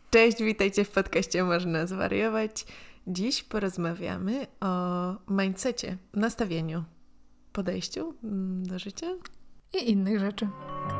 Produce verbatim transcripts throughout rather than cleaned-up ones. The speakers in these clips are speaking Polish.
Cześć, witajcie w podcaście Można Zwariować. Dziś porozmawiamy o mindsetie, nastawieniu, podejściu do życia i innych rzeczy.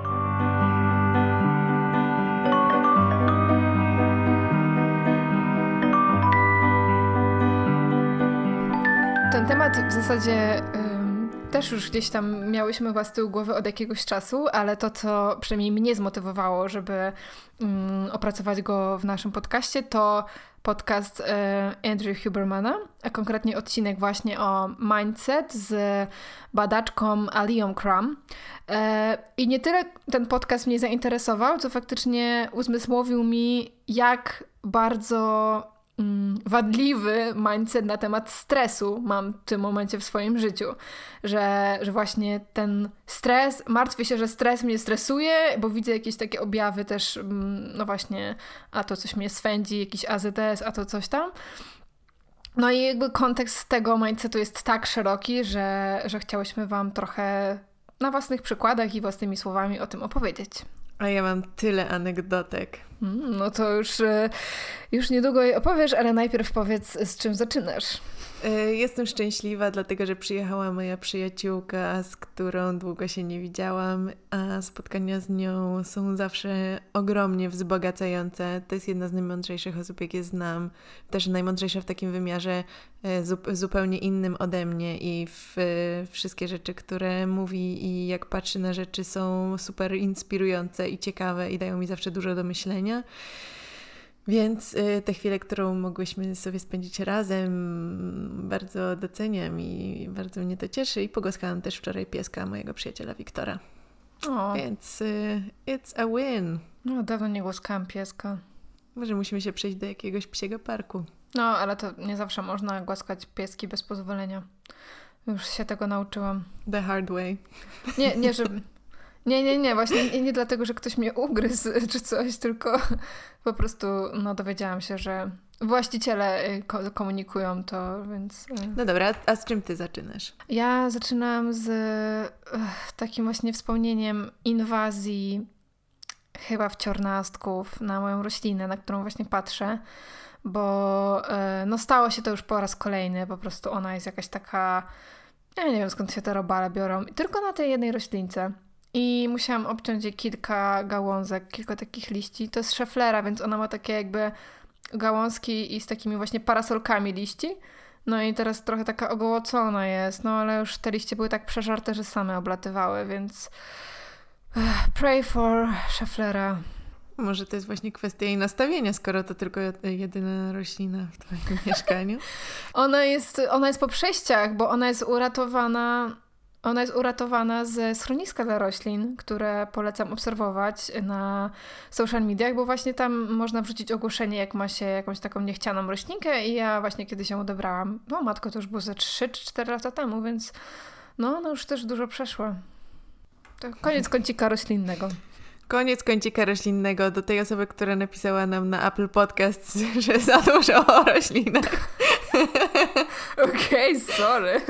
Ten temat w zasadzie ym, też już gdzieś tam miałyśmy chyba z tyłu głowy od jakiegoś czasu, ale to, co przynajmniej mnie zmotywowało, żeby ym, opracować go w naszym podcaście, to podcast y, Andrew Hubermana, a konkretnie odcinek właśnie o mindset z badaczką Alią Crum. Y, I nie tyle ten podcast mnie zainteresował, co faktycznie uzmysłowił mi, jak bardzo wadliwy mindset na temat stresu mam w tym momencie w swoim życiu, że, że właśnie ten stres, martwię się, że stres mnie stresuje, bo widzę jakieś takie objawy też, no właśnie, a to coś mnie swędzi, jakiś A Z S, a to coś tam. No i jakby kontekst tego mindsetu jest tak szeroki, że, że chciałyśmy wam trochę na własnych przykładach i własnymi słowami o tym opowiedzieć. A ja mam tyle anegdotek. Mm, no to już, już niedługo je opowiesz, ale najpierw powiedz, z czym zaczynasz. Jestem szczęśliwa, dlatego że przyjechała moja przyjaciółka, z którą długo się nie widziałam, a spotkania z nią są zawsze ogromnie wzbogacające. To jest jedna z najmądrzejszych osób, jakie znam. Też najmądrzejsza w takim wymiarze zupełnie innym ode mnie i w, wszystkie rzeczy, które mówi i jak patrzy na rzeczy, są super inspirujące i ciekawe i dają mi zawsze dużo do myślenia. Więc y, tę chwilę, którą mogłyśmy sobie spędzić razem, bardzo doceniam i bardzo mnie to cieszy. I pogłaskałam też wczoraj pieska mojego przyjaciela Wiktora. O. Więc y, it's a win. No, dawno nie głaskałam pieska. Może musimy się przejść do jakiegoś psiego parku. No, ale to nie zawsze można głaskać pieski bez pozwolenia. Już się tego nauczyłam. The hard way. Nie, nie, żeby... Nie, nie, nie, właśnie nie, nie dlatego, że ktoś mnie ugryzł czy coś, tylko po prostu no, dowiedziałam się, że właściciele komunikują to, więc... No dobra, a z czym ty zaczynasz? Ja zaczynam z uh, takim właśnie wspomnieniem inwazji chyba wciornastków na moją roślinę, na którą właśnie patrzę, bo uh, no stało się to już po raz kolejny, po prostu ona jest jakaś taka... Ja nie wiem, skąd się te robale biorą. Tylko na tej jednej roślince. I musiałam obciąć jej kilka gałązek, kilka takich liści. To jest szeflera, więc ona ma takie jakby gałązki i z takimi właśnie parasolkami liści. No i teraz trochę taka ogołocona jest, no ale już te liście były tak przeżarte, że same oblatywały, więc pray for szeflera. Może to jest właśnie kwestia jej nastawienia, skoro to tylko jedyna roślina w twoim mieszkaniu. Ona jest, ona jest po przejściach, bo ona jest uratowana... Ona jest uratowana ze schroniska dla roślin, które polecam obserwować na social mediach, bo właśnie tam można wrzucić ogłoszenie, jak ma się jakąś taką niechcianą roślinkę i ja właśnie kiedy się odebrałam, no matko, to już było ze trzy czy cztery lata temu, więc no, no już też dużo przeszło. To koniec kącika roślinnego. Koniec kącika roślinnego do tej osoby, która napisała nam na Apple Podcast, że za dużo o roślinach. Okej, okay, sorry.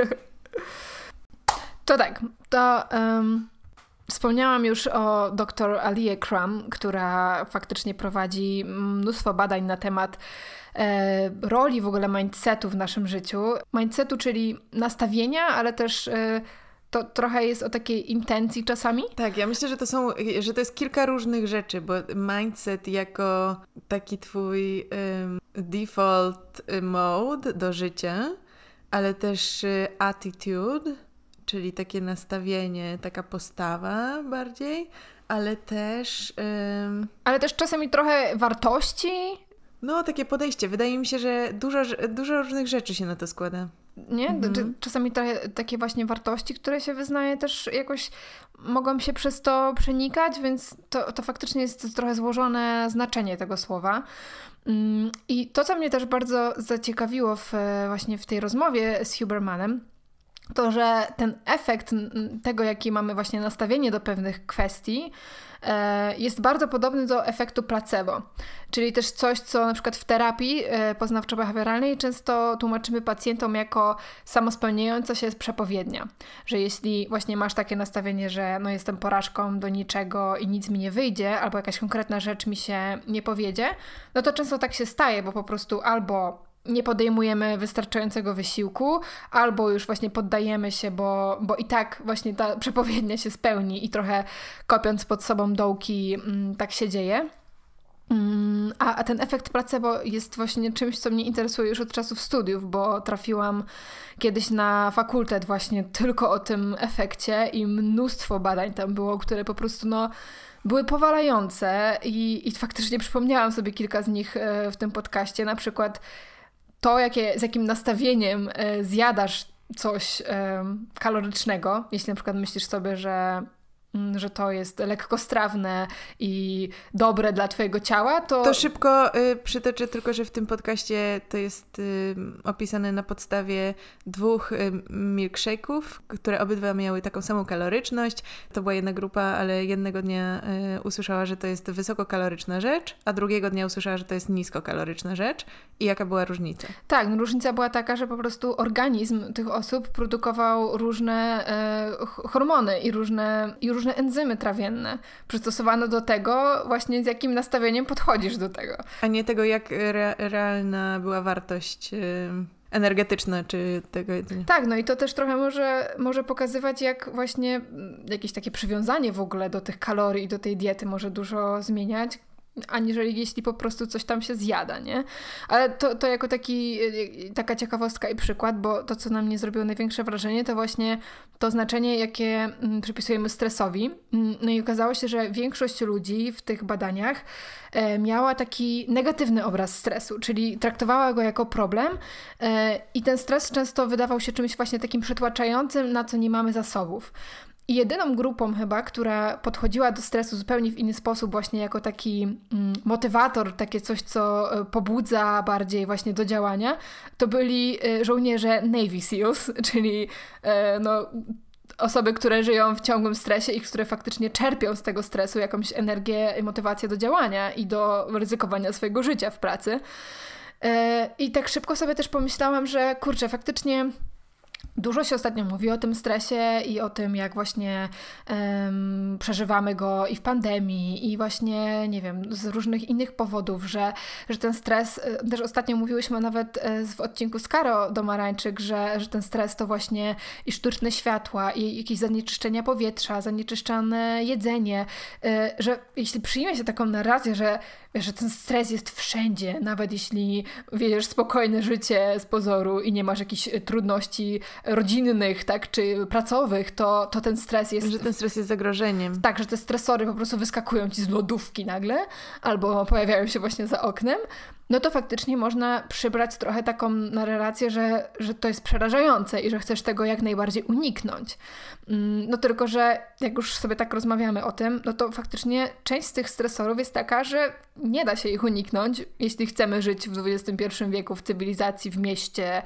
To tak, to um, wspomniałam już o doktor Alie Crum, która faktycznie prowadzi mnóstwo badań na temat e, roli w ogóle mindsetu w naszym życiu. Mindsetu, czyli nastawienia, ale też e, to trochę jest o takiej intencji czasami. Tak, ja myślę, że to są, że to jest kilka różnych rzeczy, bo mindset jako taki twój um, default mode do życia, ale też attitude, czyli takie nastawienie, taka postawa bardziej, ale też... Ym... Ale też czasami trochę wartości. No, takie podejście. Wydaje mi się, że dużo, dużo różnych rzeczy się na to składa. Nie? Mhm. Czasami trochę takie właśnie wartości, które się wyznaje, też jakoś mogą się przez to przenikać, więc to, to faktycznie jest trochę złożone znaczenie tego słowa. I to, co mnie też bardzo zaciekawiło w, właśnie w tej rozmowie z Hubermanem, to, że ten efekt tego, jaki mamy właśnie nastawienie do pewnych kwestii, jest bardzo podobny do efektu placebo. Czyli też coś, co na przykład w terapii poznawczo-behawioralnej często tłumaczymy pacjentom jako samospełniająca się przepowiednia. Że jeśli właśnie masz takie nastawienie, że no jestem porażką do niczego i nic mi nie wyjdzie, albo jakaś konkretna rzecz mi się nie powiedzie, no to często tak się staje, bo po prostu albo nie podejmujemy wystarczającego wysiłku, albo już właśnie poddajemy się, bo, bo i tak właśnie ta przepowiednia się spełni i trochę kopiąc pod sobą dołki m, tak się dzieje. Mm, a, a ten efekt placebo jest właśnie czymś, co mnie interesuje już od czasów studiów, bo trafiłam kiedyś na fakultet właśnie tylko o tym efekcie i mnóstwo badań tam było, które po prostu no były powalające i, i faktycznie przypomniałam sobie kilka z nich w tym podcaście, na przykład to, jakie, z jakim nastawieniem e, zjadasz coś e, kalorycznego, jeśli na przykład myślisz sobie, że, m, że to jest lekkostrawne i dobre dla twojego ciała, to... To szybko y, przytoczę tylko, że w tym podcaście to jest y, opisane na podstawie dwóch y, milkshake'ów, które obydwa miały taką samą kaloryczność. To była jedna grupa, ale jednego dnia y, usłyszała, że to jest wysokokaloryczna rzecz, a drugiego dnia usłyszała, że to jest niskokaloryczna rzecz. I jaka była różnica? Tak, no różnica była taka, że po prostu organizm tych osób produkował różne e, hormony i różne, i różne enzymy trawienne. Przystosowano do tego właśnie z jakim nastawieniem podchodzisz do tego. A nie tego, jak re- realna była wartość y, energetyczna czy tego jedzenia. Tak, no i to też trochę może, może pokazywać, jak właśnie jakieś takie przywiązanie w ogóle do tych kalorii i do tej diety może dużo zmieniać, aniżeli jeśli po prostu coś tam się zjada, nie? Ale to, to jako taki, taka ciekawostka i przykład, bo to, co na mnie zrobiło największe wrażenie, to właśnie to znaczenie, jakie przypisujemy stresowi. No i okazało się, że większość ludzi w tych badaniach miała taki negatywny obraz stresu, czyli traktowała go jako problem i ten stres często wydawał się czymś właśnie takim przytłaczającym, na co nie mamy zasobów. I jedyną grupą chyba, która podchodziła do stresu zupełnie w inny sposób, właśnie jako taki mm, motywator, takie coś, co y, pobudza bardziej właśnie do działania, to byli y, żołnierze Navy Seals, czyli y, no, osoby, które żyją w ciągłym stresie i które faktycznie czerpią z tego stresu jakąś energię i motywację do działania i do ryzykowania swojego życia w pracy. Y, I tak szybko sobie też pomyślałam, że kurczę, faktycznie dużo się ostatnio mówi o tym stresie i o tym, jak właśnie um, przeżywamy go i w pandemii, i właśnie, nie wiem, z różnych innych powodów, że, że ten stres, też ostatnio mówiłyśmy nawet w odcinku z Karo Domarańczyk, że, że ten stres to właśnie i sztuczne światła, i jakieś zanieczyszczenia powietrza, zanieczyszczane jedzenie, że jeśli przyjmie się taką narrację, że, że ten stres jest wszędzie, nawet jeśli wiedziesz spokojne życie z pozoru i nie masz jakichś trudności rodzinnych, tak, czy pracowych, to, to ten stres jest... Że ten stres jest zagrożeniem. Tak, że te stresory po prostu wyskakują ci z lodówki nagle, albo pojawiają się właśnie za oknem, no to faktycznie można przybrać trochę taką narrację, że, że to jest przerażające i że chcesz tego jak najbardziej uniknąć. No tylko, że jak już sobie tak rozmawiamy o tym, no to faktycznie część z tych stresorów jest taka, że nie da się ich uniknąć, jeśli chcemy żyć w dwudziestym pierwszym wieku w cywilizacji, w mieście,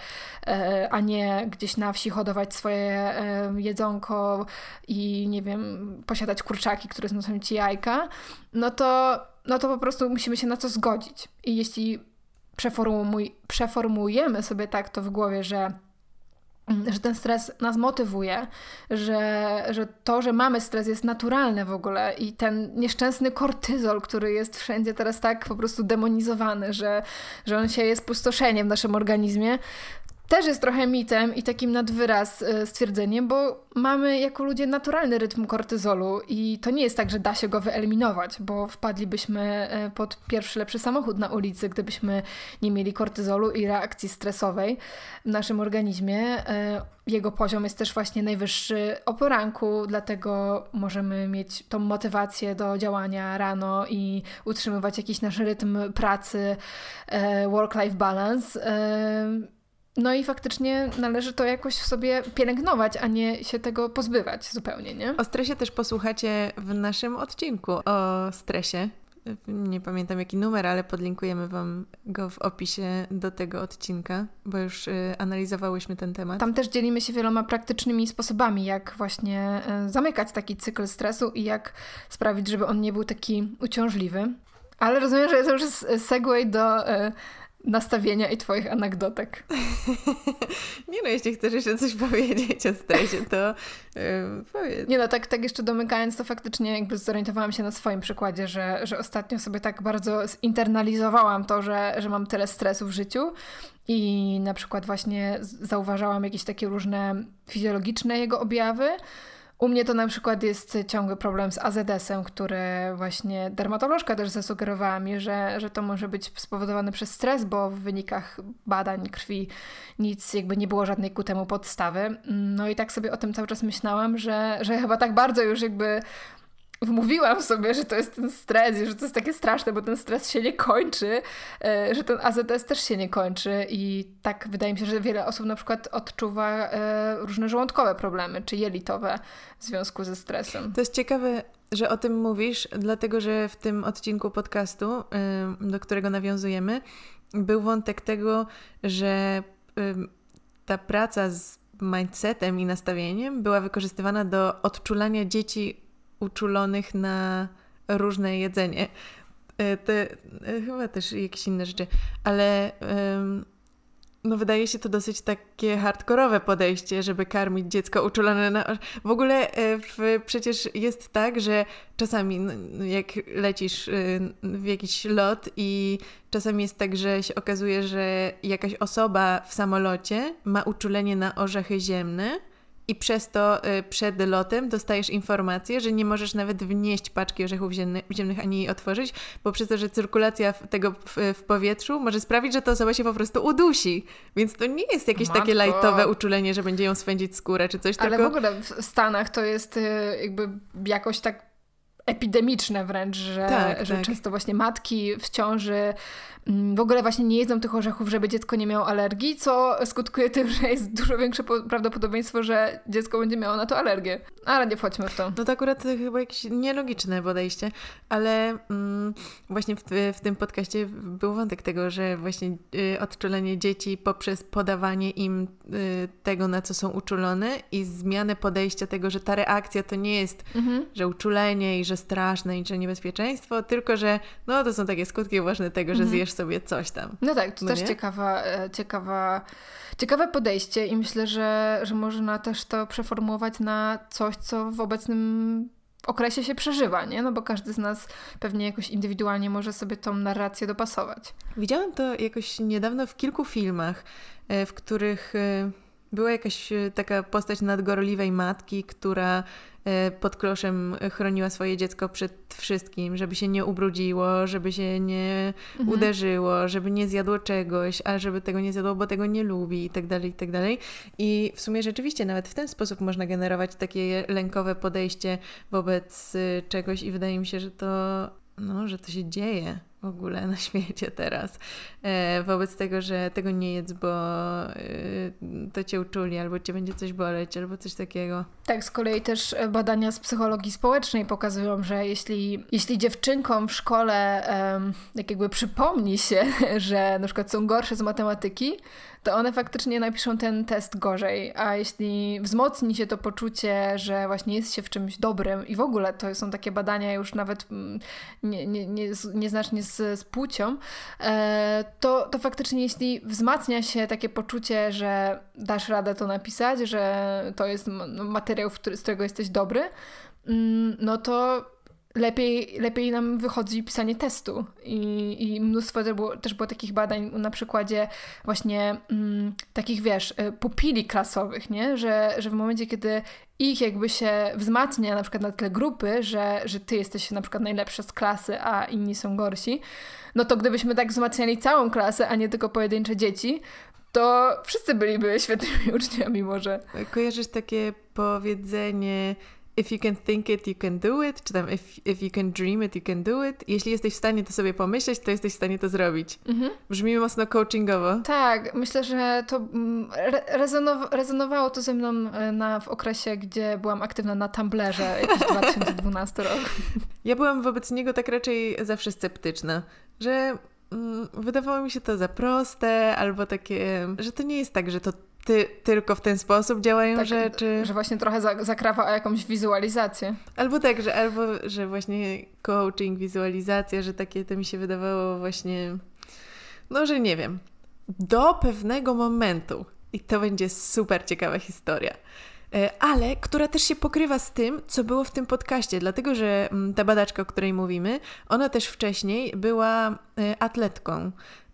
a nie gdzieś na wsi hodować swoje jedzonko i nie wiem, posiadać kurczaki, które znoszą ci jajka, no to no to po prostu musimy się na to zgodzić. I jeśli przeformuj, przeformułujemy sobie tak to w głowie, że, że ten stres nas motywuje, że, że to, że mamy stres jest naturalne w ogóle i ten nieszczęsny kortyzol, który jest wszędzie teraz tak po prostu demonizowany, że, że on się jest pustoszeniem w naszym organizmie, też jest trochę mitem i takim nadwyraz stwierdzeniem, bo mamy jako ludzie naturalny rytm kortyzolu i to nie jest tak, że da się go wyeliminować, bo wpadlibyśmy pod pierwszy lepszy samochód na ulicy, gdybyśmy nie mieli kortyzolu i reakcji stresowej w naszym organizmie. Jego poziom jest też właśnie najwyższy o poranku, dlatego możemy mieć tą motywację do działania rano i utrzymywać jakiś nasz rytm pracy, work-life balance. No i faktycznie należy to jakoś w sobie pielęgnować, a nie się tego pozbywać zupełnie, nie? O stresie też posłuchacie w naszym odcinku o stresie. nie pamiętam jaki numer, ale podlinkujemy Wam go w opisie do tego odcinka, bo już y, analizowałyśmy ten temat. Tam też dzielimy się wieloma praktycznymi sposobami, jak właśnie y, zamykać taki cykl stresu i jak sprawić, żeby on nie był taki uciążliwy. Ale rozumiem, że to już jest segway do y, nastawienia i twoich anegdotek. Nie no, jeśli chcesz jeszcze coś powiedzieć o stresie, to yy, powiedz. Nie no, tak, tak jeszcze domykając, to faktycznie jakby zorientowałam się na swoim przykładzie, że, że ostatnio sobie tak bardzo zinternalizowałam to, że, że mam tyle stresu w życiu i na przykład właśnie zauważałam jakieś takie różne fizjologiczne jego objawy. U mnie to na przykład jest ciągły problem z A Z S-em, który właśnie dermatolożka też zasugerowała mi, że, że to może być spowodowane przez stres, bo w wynikach badań krwi nic jakby nie było żadnej ku temu podstawy. No i tak sobie o tym cały czas myślałam, że, że chyba tak bardzo już jakby wmówiłam sobie, że to jest ten stres i że to jest takie straszne, bo ten stres się nie kończy, że ten A Z S też się nie kończy i tak wydaje mi się, że wiele osób na przykład odczuwa różne żołądkowe problemy, czy jelitowe w związku ze stresem. To jest ciekawe, że o tym mówisz, dlatego że w tym odcinku podcastu, do którego nawiązujemy, był wątek tego, że ta praca z mindsetem i nastawieniem była wykorzystywana do odczulania dzieci uczulonych na różne jedzenie. To chyba też jakieś inne rzeczy, ale um, no wydaje się to dosyć takie hardkorowe podejście, żeby karmić dziecko uczulone na... W ogóle w, przecież jest tak, że czasami no, jak lecisz w jakiś lot i czasami jest tak, że się okazuje, że jakaś osoba w samolocie ma uczulenie na orzechy ziemne, i przez to y, przed lotem dostajesz informację, że nie możesz nawet wnieść paczki orzechów ziemny, ziemnych ani jej otworzyć, bo przez to, że cyrkulacja w, tego w, w powietrzu może sprawić, że ta osoba się po prostu udusi. Więc to nie jest jakieś Matko. takie lajtowe uczulenie, że będzie ją swędzić skórę czy coś. Ale tylko... w ogóle w Stanach to jest y, jakby jakoś tak epidemiczne wręcz, że, tak, że tak. często właśnie matki w ciąży w ogóle właśnie nie jedzą tych orzechów, żeby dziecko nie miało alergii, co skutkuje tym, że jest dużo większe prawdopodobieństwo, że dziecko będzie miało na to alergię. Ale nie wchodźmy w to. No to akurat to chyba jakieś nielogiczne podejście, ale mm, właśnie w, w tym podcaście był wątek tego, że właśnie y, odczulenie dzieci poprzez podawanie im y, tego, na co są uczulone i zmianę podejścia tego, że ta reakcja to nie jest, mhm. że uczulenie i że straszne i że niebezpieczeństwo, tylko że no to są takie skutki uważne tego, że mhm. zjesz sobie coś tam. No tak, to no też nie? ciekawa, ciekawa, ciekawe podejście i myślę, że, że można też to przeformułować na coś, co w obecnym okresie się przeżywa, nie? No bo każdy z nas pewnie jakoś indywidualnie może sobie tą narrację dopasować. Widziałam to jakoś niedawno w kilku filmach, w których była jakaś taka postać nadgorliwej matki, która pod kloszem chroniła swoje dziecko przed wszystkim, żeby się nie ubrudziło, żeby się nie mhm. uderzyło, żeby nie zjadło czegoś, a żeby tego nie zjadło, bo tego nie lubi i tak dalej, i tak dalej. I w sumie rzeczywiście nawet w ten sposób można generować takie lękowe podejście wobec czegoś i wydaje mi się, że to, no, że to się dzieje w ogóle na świecie teraz. E, wobec tego, że tego nie jedz, bo e, to cię uczuli, albo cię będzie coś boleć, albo coś takiego. Tak, z kolei też badania z psychologii społecznej pokazują, że jeśli, jeśli dziewczynkom w szkole um, jak jakby przypomni się, że na przykład są gorsze z matematyki, to one faktycznie napiszą ten test gorzej, a jeśli wzmocni się to poczucie, że właśnie jest się w czymś dobrym i w ogóle to są takie badania już nawet nie, nie, nie, nieznacznie z, z płcią, e, to, to faktycznie jeśli wzmacnia się takie poczucie, że dasz radę to napisać, że to jest materiał, w który, z którego jesteś dobry, no to lepiej, lepiej nam wychodzi pisanie testu. I, i mnóstwo też było, też było takich badań na przykładzie właśnie mm, takich, wiesz, pupili klasowych, nie? Że, że w momencie, kiedy ich jakby się wzmacnia na przykład na tle grupy, że, że ty jesteś na przykład najlepszy z klasy, a inni są gorsi, no to gdybyśmy tak wzmacniali całą klasę, a nie tylko pojedyncze dzieci, to wszyscy byliby świetnymi uczniami może. Kojarzysz takie powiedzenie if you can think it, you can do it, czy tam if, if you can dream it, you can do it. Jeśli jesteś w stanie to sobie pomyśleć, to jesteś w stanie to zrobić. Mhm. Brzmi mocno coachingowo. Tak, myślę, że to re- rezonow- rezonowało to ze mną na, w okresie, gdzie byłam aktywna na Tumblrze, jakiś dwa tysiące dwunasty rok. Ja byłam wobec niego tak raczej zawsze sceptyczna, że mm, wydawało mi się to za proste, albo takie, że to nie jest tak, że to Ty, tylko w ten sposób działają tak, rzeczy. Że właśnie trochę za, zakrawa o jakąś wizualizację. Albo tak, że, albo, że właśnie coaching, wizualizacja, że takie to mi się wydawało właśnie, no, że nie wiem, do pewnego momentu. I to będzie super ciekawa historia. Ale która też się pokrywa z tym, co było w tym podcaście, dlatego że ta badaczka, o której mówimy, ona też wcześniej była atletką.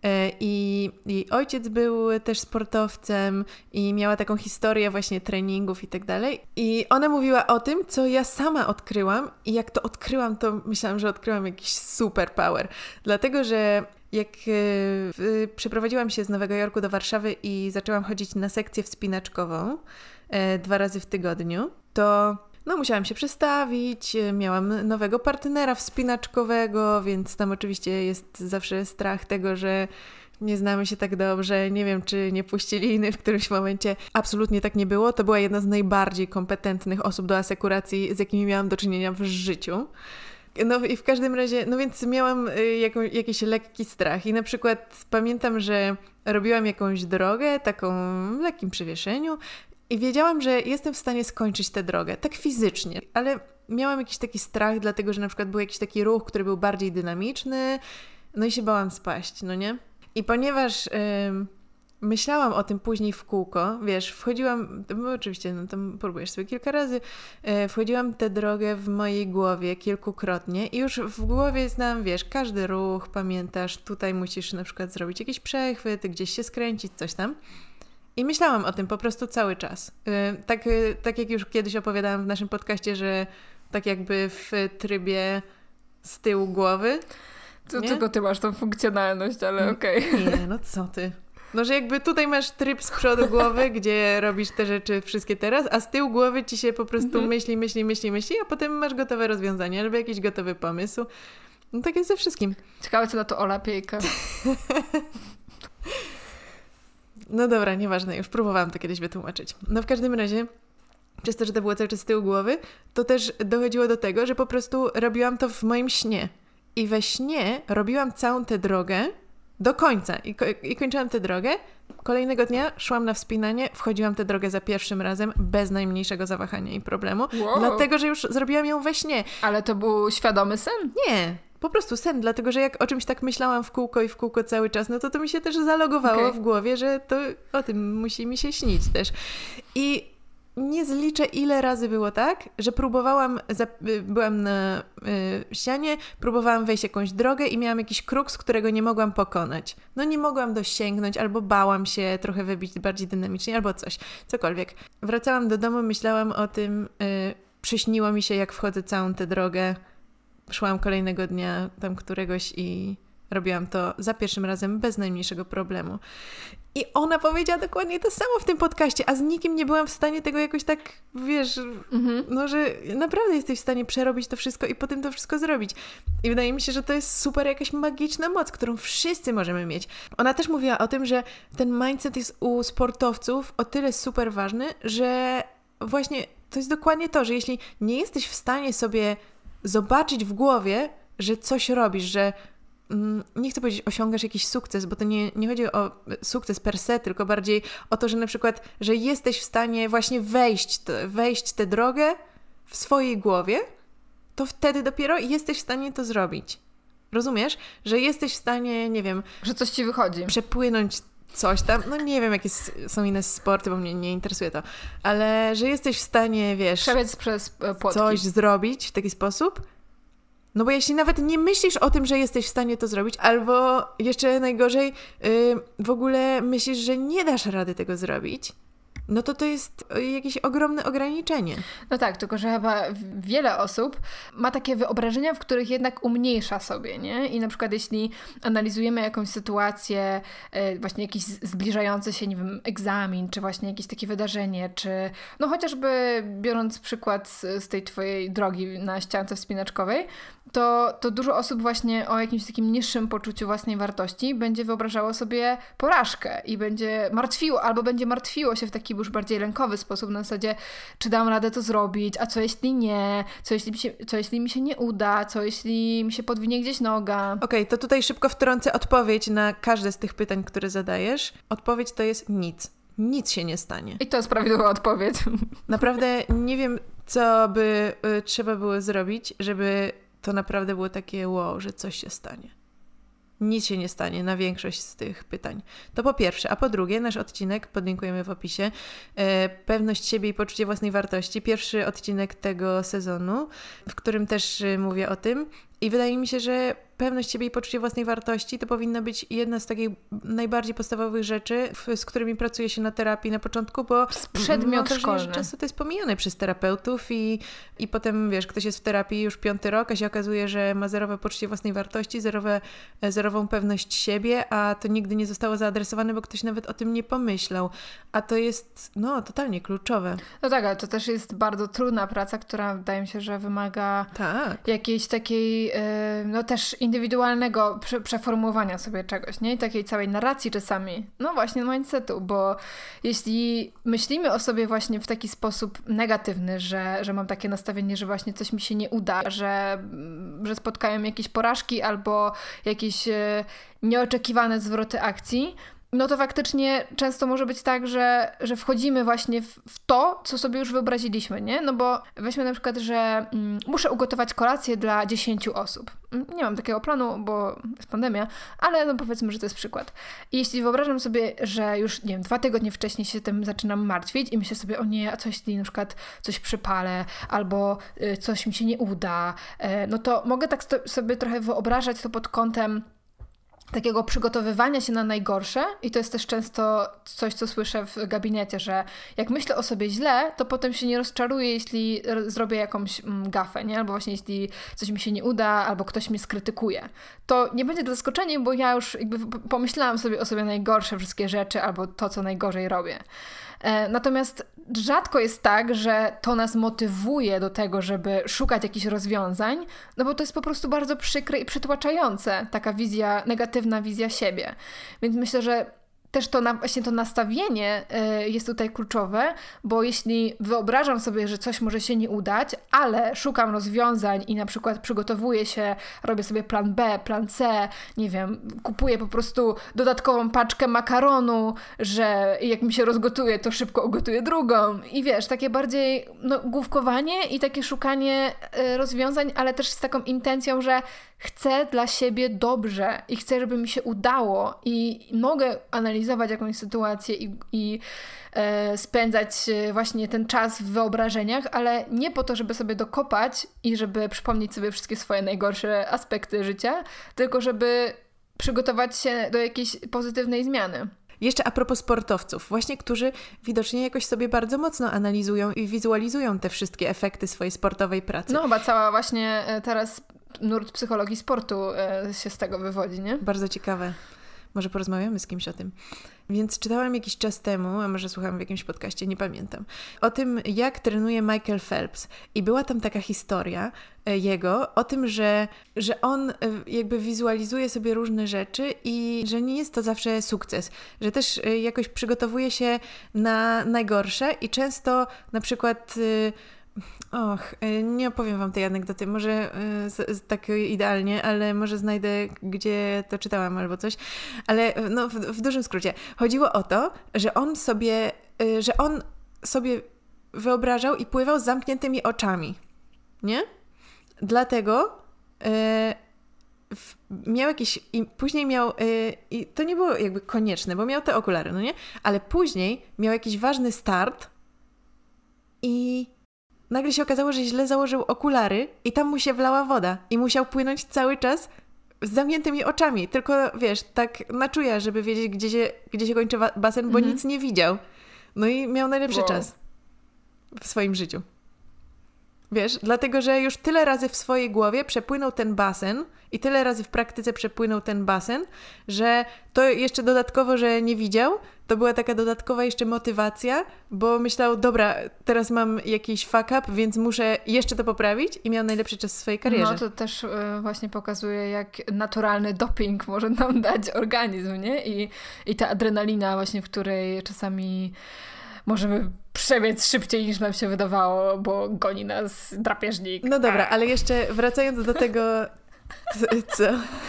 I jej ojciec był też sportowcem i miała taką historię właśnie treningów i tak dalej. I ona mówiła o tym, co ja sama odkryłam i jak to odkryłam, to myślałam, że odkryłam jakiś superpower. Dlatego, że jak y, przeprowadziłam się z Nowego Jorku do Warszawy i zaczęłam chodzić na sekcję wspinaczkową y, dwa razy w tygodniu, to no musiałam się przestawić, miałam nowego partnera wspinaczkowego, więc tam oczywiście jest zawsze strach tego, że nie znamy się tak dobrze, nie wiem, czy nie puści liny w którymś momencie. Absolutnie tak nie było. To była jedna z najbardziej kompetentnych osób do asekuracji, z jakimi miałam do czynienia w życiu. No i w każdym razie, no więc miałam y, jaką, jakiś lekki strach i na przykład pamiętam, że robiłam jakąś drogę, taką w lekkim przewieszeniu, i wiedziałam, że jestem w stanie skończyć tę drogę, tak fizycznie, ale miałam jakiś taki strach, dlatego że na przykład był jakiś taki ruch, który był bardziej dynamiczny, no i się bałam spaść, no nie? I ponieważ yy, myślałam o tym później w kółko, wiesz, wchodziłam, no oczywiście, no tam próbujesz sobie kilka razy, yy, wchodziłam tę drogę w mojej głowie kilkukrotnie i już w głowie znam, wiesz, każdy ruch, pamiętasz, tutaj musisz na przykład zrobić jakiś przechwyt, gdzieś się skręcić, coś tam. I myślałam o tym po prostu cały czas. Yy, tak, yy, tak jak już kiedyś opowiadałam w naszym podcaście, że tak jakby w trybie z tyłu głowy. To tylko ty masz tą funkcjonalność, ale okej. Okay. Nie, no co ty. No, że jakby tutaj masz tryb z przodu głowy, gdzie robisz te rzeczy wszystkie teraz, a z tyłu głowy ci się po prostu mm-hmm. myśli, myśli, myśli, myśli, a potem masz gotowe rozwiązanie albo jakiś gotowy pomysł. No tak jest ze wszystkim. Ciekawe, co na to Ola Piejka. No dobra, nieważne, już próbowałam to kiedyś wytłumaczyć. No w każdym razie, przez to, że to było cały czas z tyłu głowy, to też dochodziło do tego, że po prostu robiłam to w moim śnie. I we śnie robiłam całą tę drogę do końca. I, ko- i kończyłam tę drogę. Kolejnego dnia szłam na wspinanie, wchodziłam tę drogę za pierwszym razem bez najmniejszego zawahania i problemu. Wow. Dlatego, że już zrobiłam ją we śnie. Ale to był świadomy sen? Nie. Po prostu sen, dlatego że jak o czymś tak myślałam w kółko i w kółko cały czas, no to to mi się też zalogowało okay. w głowie, że to o tym musi mi się śnić też. I nie zliczę, ile razy było tak, że próbowałam, byłam na y, ścianie, próbowałam wejść jakąś drogę i miałam jakiś kruks, którego nie mogłam pokonać. No nie mogłam dosięgnąć, albo bałam się trochę wybić bardziej dynamicznie, albo coś, cokolwiek. Wracałam do domu, myślałam o tym, y, przyśniło mi się, jak wchodzę całą tę drogę. Szłam kolejnego dnia tam któregoś i robiłam to za pierwszym razem bez najmniejszego problemu. I ona powiedziała dokładnie to samo w tym podcaście, a z nikim nie byłam w stanie tego jakoś tak, wiesz, mm-hmm. no, że naprawdę jesteś w stanie przerobić to wszystko i potem to wszystko zrobić. I wydaje mi się, że to jest super jakaś magiczna moc, którą wszyscy możemy mieć. Ona też mówiła o tym, że ten mindset jest u sportowców o tyle super ważny, że właśnie to jest dokładnie to, że jeśli nie jesteś w stanie sobie zobaczyć w głowie, że coś robisz, że mm, nie chcę powiedzieć osiągasz jakiś sukces, bo to nie, nie chodzi o sukces per se, tylko bardziej o to, że na przykład, że jesteś w stanie właśnie wejść, wejść tę drogę w swojej głowie, to wtedy dopiero jesteś w stanie to zrobić. Rozumiesz? Że jesteś w stanie, nie wiem... Że coś ci wychodzi. Przepłynąć coś tam, no nie wiem, jakie są inne sporty, bo mnie nie interesuje to, ale że jesteś w stanie, wiesz, przebiec przez płotki. Coś zrobić w taki sposób, no bo jeśli nawet nie myślisz o tym, że jesteś w stanie to zrobić, albo jeszcze najgorzej, yy, w ogóle myślisz, że nie dasz rady tego zrobić, no to to jest jakieś ogromne ograniczenie. No tak, tylko że chyba wiele osób ma takie wyobrażenia, w których jednak umniejsza sobie, nie? I na przykład jeśli analizujemy jakąś sytuację, właśnie jakiś zbliżający się, nie wiem, egzamin, czy właśnie jakieś takie wydarzenie, czy no chociażby biorąc przykład z, z tej twojej drogi na ściance wspinaczkowej, to, to dużo osób właśnie o jakimś takim niższym poczuciu własnej wartości będzie wyobrażało sobie porażkę i będzie martwiło, albo będzie martwiło się w taki już bardziej lękowy sposób, na zasadzie, czy dam radę to zrobić, a co jeśli nie, co jeśli mi się, co jeśli mi się nie uda, co jeśli mi się podwinie gdzieś noga. Okej, okay, to tutaj szybko wtrącę odpowiedź na każde z tych pytań, które zadajesz. Odpowiedź to jest nic. Nic się nie stanie. I to jest prawidłowa odpowiedź. Naprawdę nie wiem, co by y, trzeba było zrobić, żeby to naprawdę było takie wow, że coś się stanie. Nic się nie stanie na większość z tych pytań. To po pierwsze. A po drugie, nasz odcinek, podlinkujemy w opisie, e, pewność siebie i poczucie własnej wartości. Pierwszy odcinek tego sezonu, w którym też e, mówię o tym. I wydaje mi się, że pewność siebie i poczucie własnej wartości to powinna być jedna z takich najbardziej podstawowych rzeczy, z którymi pracuje się na terapii na początku, bo przedmiot szkolny. Często to jest pomijane przez terapeutów i, i potem, wiesz, ktoś jest w terapii już piąty rok, a się okazuje, że ma zerowe poczucie własnej wartości, zerowe, zerową pewność siebie, a to nigdy nie zostało zaadresowane, bo ktoś nawet o tym nie pomyślał. A to jest, no, totalnie kluczowe. No tak, ale to też jest bardzo trudna praca, która wydaje mi się, że wymaga tak. jakiejś takiej, yy, no też indywidualnego prze- przeformułowania sobie czegoś, nie? I takiej całej narracji czasami. No właśnie mindsetu, bo jeśli myślimy o sobie właśnie w taki sposób negatywny, że, że mam takie nastawienie, że właśnie coś mi się nie uda, że, że spotkają jakieś porażki albo jakieś yy, nieoczekiwane zwroty akcji, no to faktycznie często może być tak, że, że wchodzimy właśnie w, w to, co sobie już wyobraziliśmy, nie? No bo weźmy na przykład, że mm, muszę ugotować kolację dla dziesięciu osób. Nie mam takiego planu, bo jest pandemia, ale no powiedzmy, że to jest przykład. I jeśli wyobrażam sobie, że już, nie wiem, dwa tygodnie wcześniej się tym zaczynam martwić i myślę sobie, o nie, a co jeśli na przykład coś przypalę, albo y, coś mi się nie uda, y, no to mogę tak sto- sobie trochę wyobrażać to pod kątem takiego przygotowywania się na najgorsze i to jest też często coś, co słyszę w gabinecie, że jak myślę o sobie źle, to potem się nie rozczaruję, jeśli zrobię jakąś mm, gafę, nie? Albo właśnie jeśli coś mi się nie uda, albo ktoś mnie skrytykuje. To nie będzie zaskoczeniem, bo ja już jakby pomyślałam sobie o sobie najgorsze wszystkie rzeczy, albo to, co najgorzej robię. Natomiast rzadko jest tak, że to nas motywuje do tego, żeby szukać jakichś rozwiązań, no bo to jest po prostu bardzo przykre i przytłaczające, taka wizja, negatywna wizja siebie. Więc myślę, że też to na, właśnie to nastawienie y, jest tutaj kluczowe, bo jeśli wyobrażam sobie, że coś może się nie udać, ale szukam rozwiązań i na przykład przygotowuję się, robię sobie plan B, plan C, nie wiem, kupuję po prostu dodatkową paczkę makaronu, że jak mi się rozgotuje, to szybko ugotuję drugą i wiesz, takie bardziej no, główkowanie i takie szukanie y, rozwiązań, ale też z taką intencją, że chcę dla siebie dobrze i chcę, żeby mi się udało i mogę analizować jakąś sytuację i, i e, spędzać właśnie ten czas w wyobrażeniach, ale nie po to, żeby sobie dokopać i żeby przypomnieć sobie wszystkie swoje najgorsze aspekty życia, tylko żeby przygotować się do jakiejś pozytywnej zmiany. Jeszcze a propos sportowców, właśnie którzy widocznie jakoś sobie bardzo mocno analizują i wizualizują te wszystkie efekty swojej sportowej pracy. No chyba cała właśnie teraz nurt psychologii sportu się z tego wywodzi, nie? Bardzo ciekawe. Może porozmawiamy z kimś o tym. Więc czytałam jakiś czas temu, a może słuchałam w jakimś podcaście, nie pamiętam, o tym, jak trenuje Michael Phelps. I była tam taka historia jego o tym, że, że on jakby wizualizuje sobie różne rzeczy i że nie jest to zawsze sukces. Że też jakoś przygotowuje się na najgorsze i często na przykład... Och, nie opowiem wam tej anegdoty, może z, z, tak idealnie, ale może znajdę, gdzie to czytałam albo coś, ale no, w, w dużym skrócie. Chodziło o to, że on sobie, że on sobie wyobrażał i pływał z zamkniętymi oczami, nie? Dlatego e, w, miał jakieś, i później miał, e, i to nie było jakby konieczne, bo miał te okulary, no nie? Ale później miał jakiś ważny start i nagle się okazało, że źle założył okulary i tam mu się wlała woda i musiał płynąć cały czas z zamkniętymi oczami. Tylko, wiesz, tak na czuja, żeby wiedzieć, gdzie się, gdzie się kończy basen, bo mhm. nic nie widział. No i miał najlepszy wow. czas w swoim życiu. Wiesz, dlatego, że już tyle razy w swojej głowie przepłynął ten basen i tyle razy w praktyce przepłynął ten basen, że to jeszcze dodatkowo, że nie widział, to była taka dodatkowa jeszcze motywacja, bo myślał, dobra, teraz mam jakiś fuck up, więc muszę jeszcze to poprawić i miał najlepszy czas w swojej karierze. No to też y, właśnie pokazuje, jak naturalny doping może nam dać organizm, nie? I, i ta adrenalina właśnie, w której czasami możemy przebiec szybciej niż nam się wydawało, bo goni nas drapieżnik. No dobra, ale jeszcze wracając do tego, co?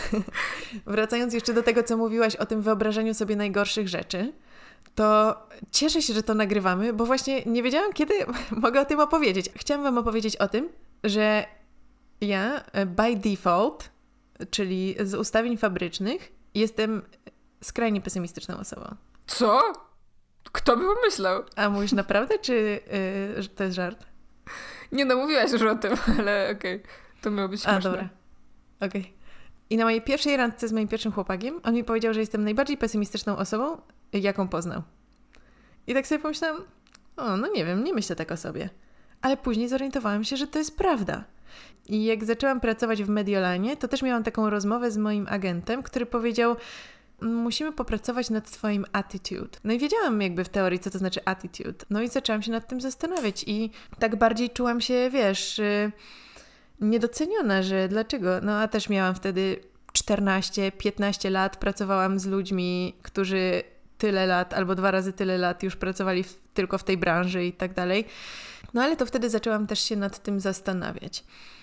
Wracając jeszcze do tego, co mówiłaś o tym wyobrażeniu sobie najgorszych rzeczy, to cieszę się, że to nagrywamy, bo właśnie nie wiedziałam, kiedy mogę o tym opowiedzieć. Chciałam wam opowiedzieć o tym, że ja by default, czyli z ustawień fabrycznych, jestem skrajnie pesymistyczną osobą. Co? Kto by pomyślał? A mówisz naprawdę, czy yy, to jest żart? Nie no, mówiłaś już o tym, ale okej. Okay. To miało być śmieszne. A, dobra. Okej. Okay. I na mojej pierwszej randce z moim pierwszym chłopakiem, on mi powiedział, że jestem najbardziej pesymistyczną osobą, jaką poznał. I tak sobie pomyślałam, o, no nie wiem, nie myślę tak o sobie. Ale później zorientowałam się, że to jest prawda. I jak zaczęłam pracować w Mediolanie, to też miałam taką rozmowę z moim agentem, który powiedział, musimy popracować nad twoim attitude. No i wiedziałam jakby w teorii, co to znaczy attitude. No i zaczęłam się nad tym zastanawiać i tak bardziej czułam się, wiesz, niedoceniona, że dlaczego? No a też miałam wtedy czternaście piętnaście lat, pracowałam z ludźmi, którzy tyle lat albo dwa razy tyle lat już pracowali w, tylko w tej branży i tak dalej. No ale to wtedy zaczęłam też się nad tym zastanawiać.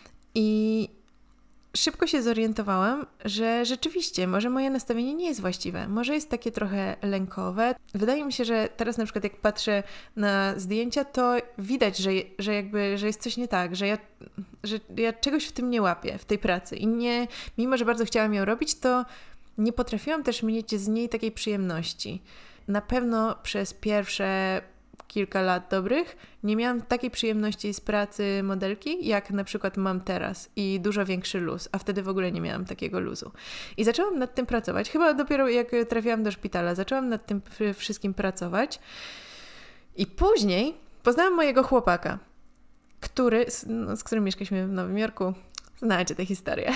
I szybko się zorientowałam, że rzeczywiście może moje nastawienie nie jest właściwe. Może jest takie trochę lękowe. Wydaje mi się, że teraz na przykład jak patrzę na zdjęcia, to widać, że, że jakby, że jest coś nie tak, że ja, że ja czegoś w tym nie łapię, w tej pracy. I nie, mimo że bardzo chciałam ją robić, to nie potrafiłam też mieć z niej takiej przyjemności. Na pewno przez pierwsze kilka lat dobrych nie miałam takiej przyjemności z pracy modelki, jak na przykład mam teraz i dużo większy luz, a wtedy w ogóle nie miałam takiego luzu. I zaczęłam nad tym pracować. Chyba dopiero jak trafiłam do szpitala, zaczęłam nad tym wszystkim pracować i później poznałam mojego chłopaka, który, z, z którym mieszkaliśmy w Nowym Jorku. Znacie tę historię.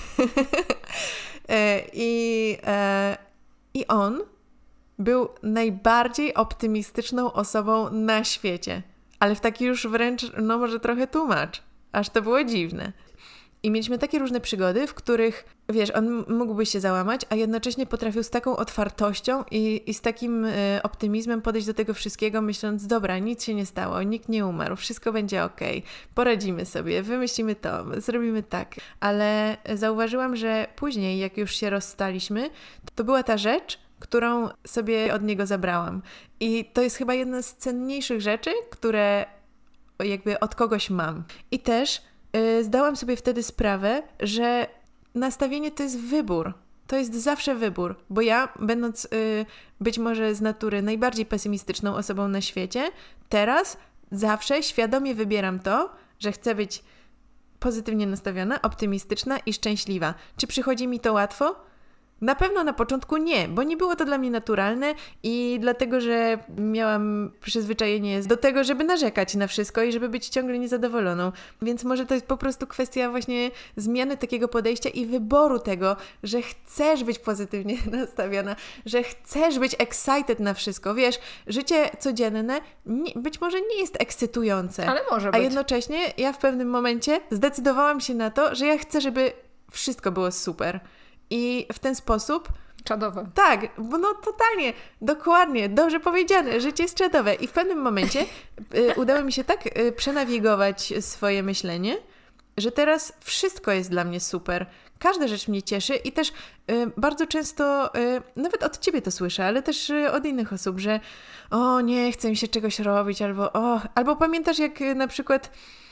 I, I on był najbardziej optymistyczną osobą na świecie. Ale w taki już wręcz, no może trochę tłumacz. Aż to było dziwne. I mieliśmy takie różne przygody, w których, wiesz, on mógłby się załamać, a jednocześnie potrafił z taką otwartością i, i z takim y, optymizmem podejść do tego wszystkiego, myśląc, dobra, nic się nie stało, nikt nie umarł, wszystko będzie okej, poradzimy sobie, wymyślimy to, zrobimy tak. Ale zauważyłam, że później, jak już się rozstaliśmy, to była ta rzecz, którą sobie od niego zabrałam. I to jest chyba jedna z cenniejszych rzeczy, które jakby od kogoś mam. I też yy, zdałam sobie wtedy sprawę, że nastawienie to jest wybór. To jest zawsze wybór, bo ja, będąc yy, być może z natury najbardziej pesymistyczną osobą na świecie, teraz zawsze świadomie wybieram to, że chcę być pozytywnie nastawiona, optymistyczna i szczęśliwa. Czy przychodzi mi to łatwo? Na pewno na początku nie, bo nie było to dla mnie naturalne i dlatego, że miałam przyzwyczajenie do tego, żeby narzekać na wszystko i żeby być ciągle niezadowoloną. Więc może to jest po prostu kwestia właśnie zmiany takiego podejścia i wyboru tego, że chcesz być pozytywnie nastawiona, że chcesz być excited na wszystko. Wiesz, życie codzienne nie, być może nie jest ekscytujące. Ale może być. A jednocześnie ja w pewnym momencie zdecydowałam się na to, że ja chcę, żeby wszystko było super. I w ten sposób... Czadowe. Tak, bo no totalnie, dokładnie, dobrze powiedziane, życie jest czadowe. I w pewnym momencie y, udało mi się tak y, przenawigować swoje myślenie, że teraz wszystko jest dla mnie super. Każda rzecz mnie cieszy i też y, bardzo często, y, nawet od ciebie to słyszę, ale też y, od innych osób, że o nie, chce mi się czegoś robić, albo o, albo pamiętasz jak y, na przykład...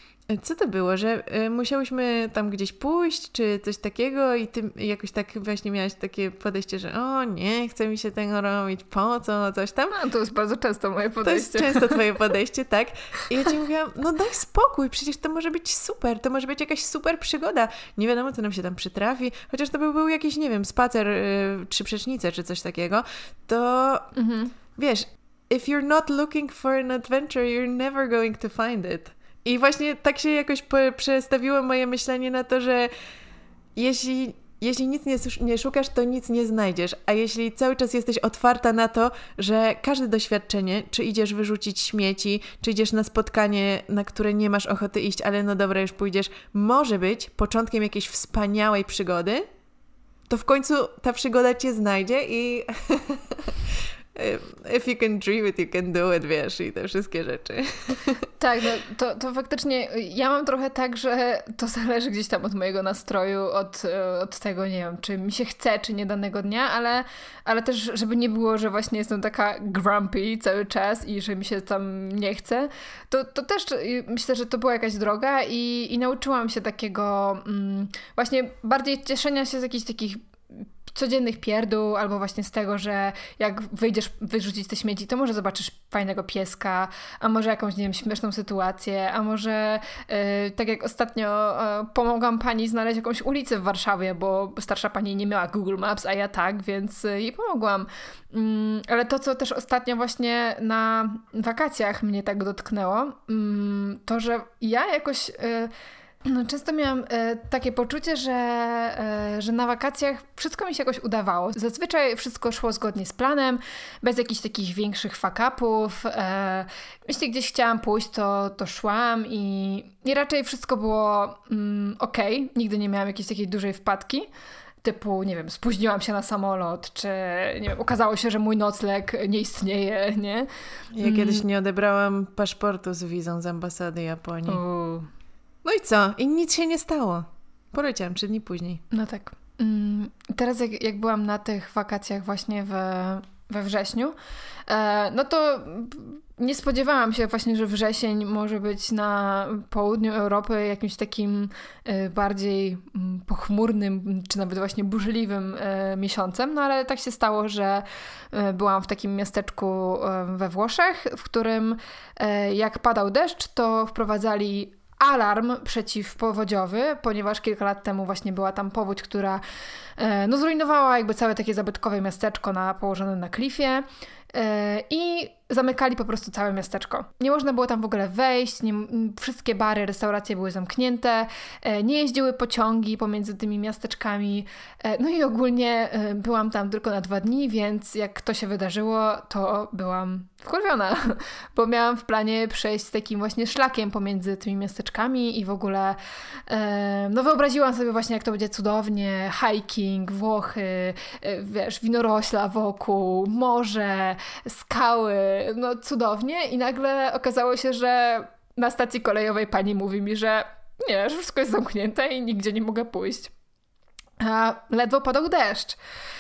Co to było, że y, musiałyśmy tam gdzieś pójść, czy coś takiego i ty jakoś tak właśnie miałaś takie podejście, że o nie, chce mi się tego robić, po co, coś tam. A, to jest bardzo często moje podejście. To jest często twoje podejście, tak. I ja ci mówiłam, no daj spokój, przecież to może być super, to może być jakaś super przygoda. Nie wiadomo, co nam się tam przytrafi, chociaż to by był jakiś, nie wiem, spacer, y, trzy przecznice, czy coś takiego, to mhm. wiesz... if you're not looking for an adventure, you're never going to find it. I właśnie tak się jakoś po- przestawiło moje myślenie na to, że jeśli, jeśli nic nie, nie szukasz, to nic nie znajdziesz. A jeśli cały czas jesteś otwarta na to, że każde doświadczenie, czy idziesz wyrzucić śmieci, czy idziesz na spotkanie, na które nie masz ochoty iść, ale no dobra, już pójdziesz, może być początkiem jakiejś wspaniałej przygody, to w końcu ta przygoda cię znajdzie i if you can dream it, you can do it, wiesz, i te wszystkie rzeczy. Tak, no to, to faktycznie ja mam trochę tak, że to zależy gdzieś tam od mojego nastroju, od, od tego, nie wiem, czy mi się chce, czy nie danego dnia, ale, ale też, żeby nie było, że właśnie jestem taka grumpy cały czas i że mi się tam nie chce, to, to też myślę, że to była jakaś droga i, i nauczyłam się takiego mm, właśnie bardziej cieszenia się z jakichś takich codziennych pierdół, albo właśnie z tego, że jak wyjdziesz wyrzucić te śmieci, to może zobaczysz fajnego pieska, a może jakąś, nie wiem, śmieszną sytuację, a może yy, tak jak ostatnio yy, pomogłam pani znaleźć jakąś ulicę w Warszawie, bo starsza pani nie miała Google Maps, a ja tak, więc yy, jej pomogłam. Yy, ale to, co też ostatnio właśnie na wakacjach mnie tak dotknęło, yy, to, że ja jakoś... Yy, No, często miałam e, takie poczucie, że, e, że na wakacjach wszystko mi się jakoś udawało. Zazwyczaj wszystko szło zgodnie z planem, bez jakichś takich większych fuck-upów. E, jeśli gdzieś chciałam pójść, to, to szłam i, i raczej wszystko było mm, okej. Okay. Nigdy nie miałam jakiejś takiej dużej wpadki. Typu, nie wiem, spóźniłam się na samolot, czy nie wiem, okazało się, że mój nocleg nie istnieje, nie? Ja mm. kiedyś nie odebrałam paszportu z wizą z ambasady Japonii. U. No i co? I nic się nie stało. Poleciałam trzy dni później. No tak. Teraz jak, jak byłam na tych wakacjach właśnie we, we wrześniu, no to nie spodziewałam się właśnie, że wrzesień może być na południu Europy jakimś takim bardziej pochmurnym, czy nawet właśnie burzliwym miesiącem, no ale tak się stało, że byłam w takim miasteczku we Włoszech, w którym jak padał deszcz, to wprowadzali alarm przeciwpowodziowy, ponieważ kilka lat temu właśnie była tam powódź, która no, zrujnowała jakby całe takie zabytkowe miasteczko na, położone na klifie i zamykali po prostu całe miasteczko. Nie można było tam w ogóle wejść, nie, wszystkie bary, restauracje były zamknięte, nie jeździły pociągi pomiędzy tymi miasteczkami, no i ogólnie byłam tam tylko na dwa dni, więc jak to się wydarzyło, to byłam wkurwiona, bo miałam w planie przejść takim właśnie szlakiem pomiędzy tymi miasteczkami i w ogóle no wyobraziłam sobie właśnie, jak to będzie cudownie, hiking, Włochy, wiesz, winorośla wokół, morze, skały, no cudownie i nagle okazało się, że na stacji kolejowej pani mówi mi, że nie, że wszystko jest zamknięte i nigdzie nie mogę pójść. A ledwo padał deszcz.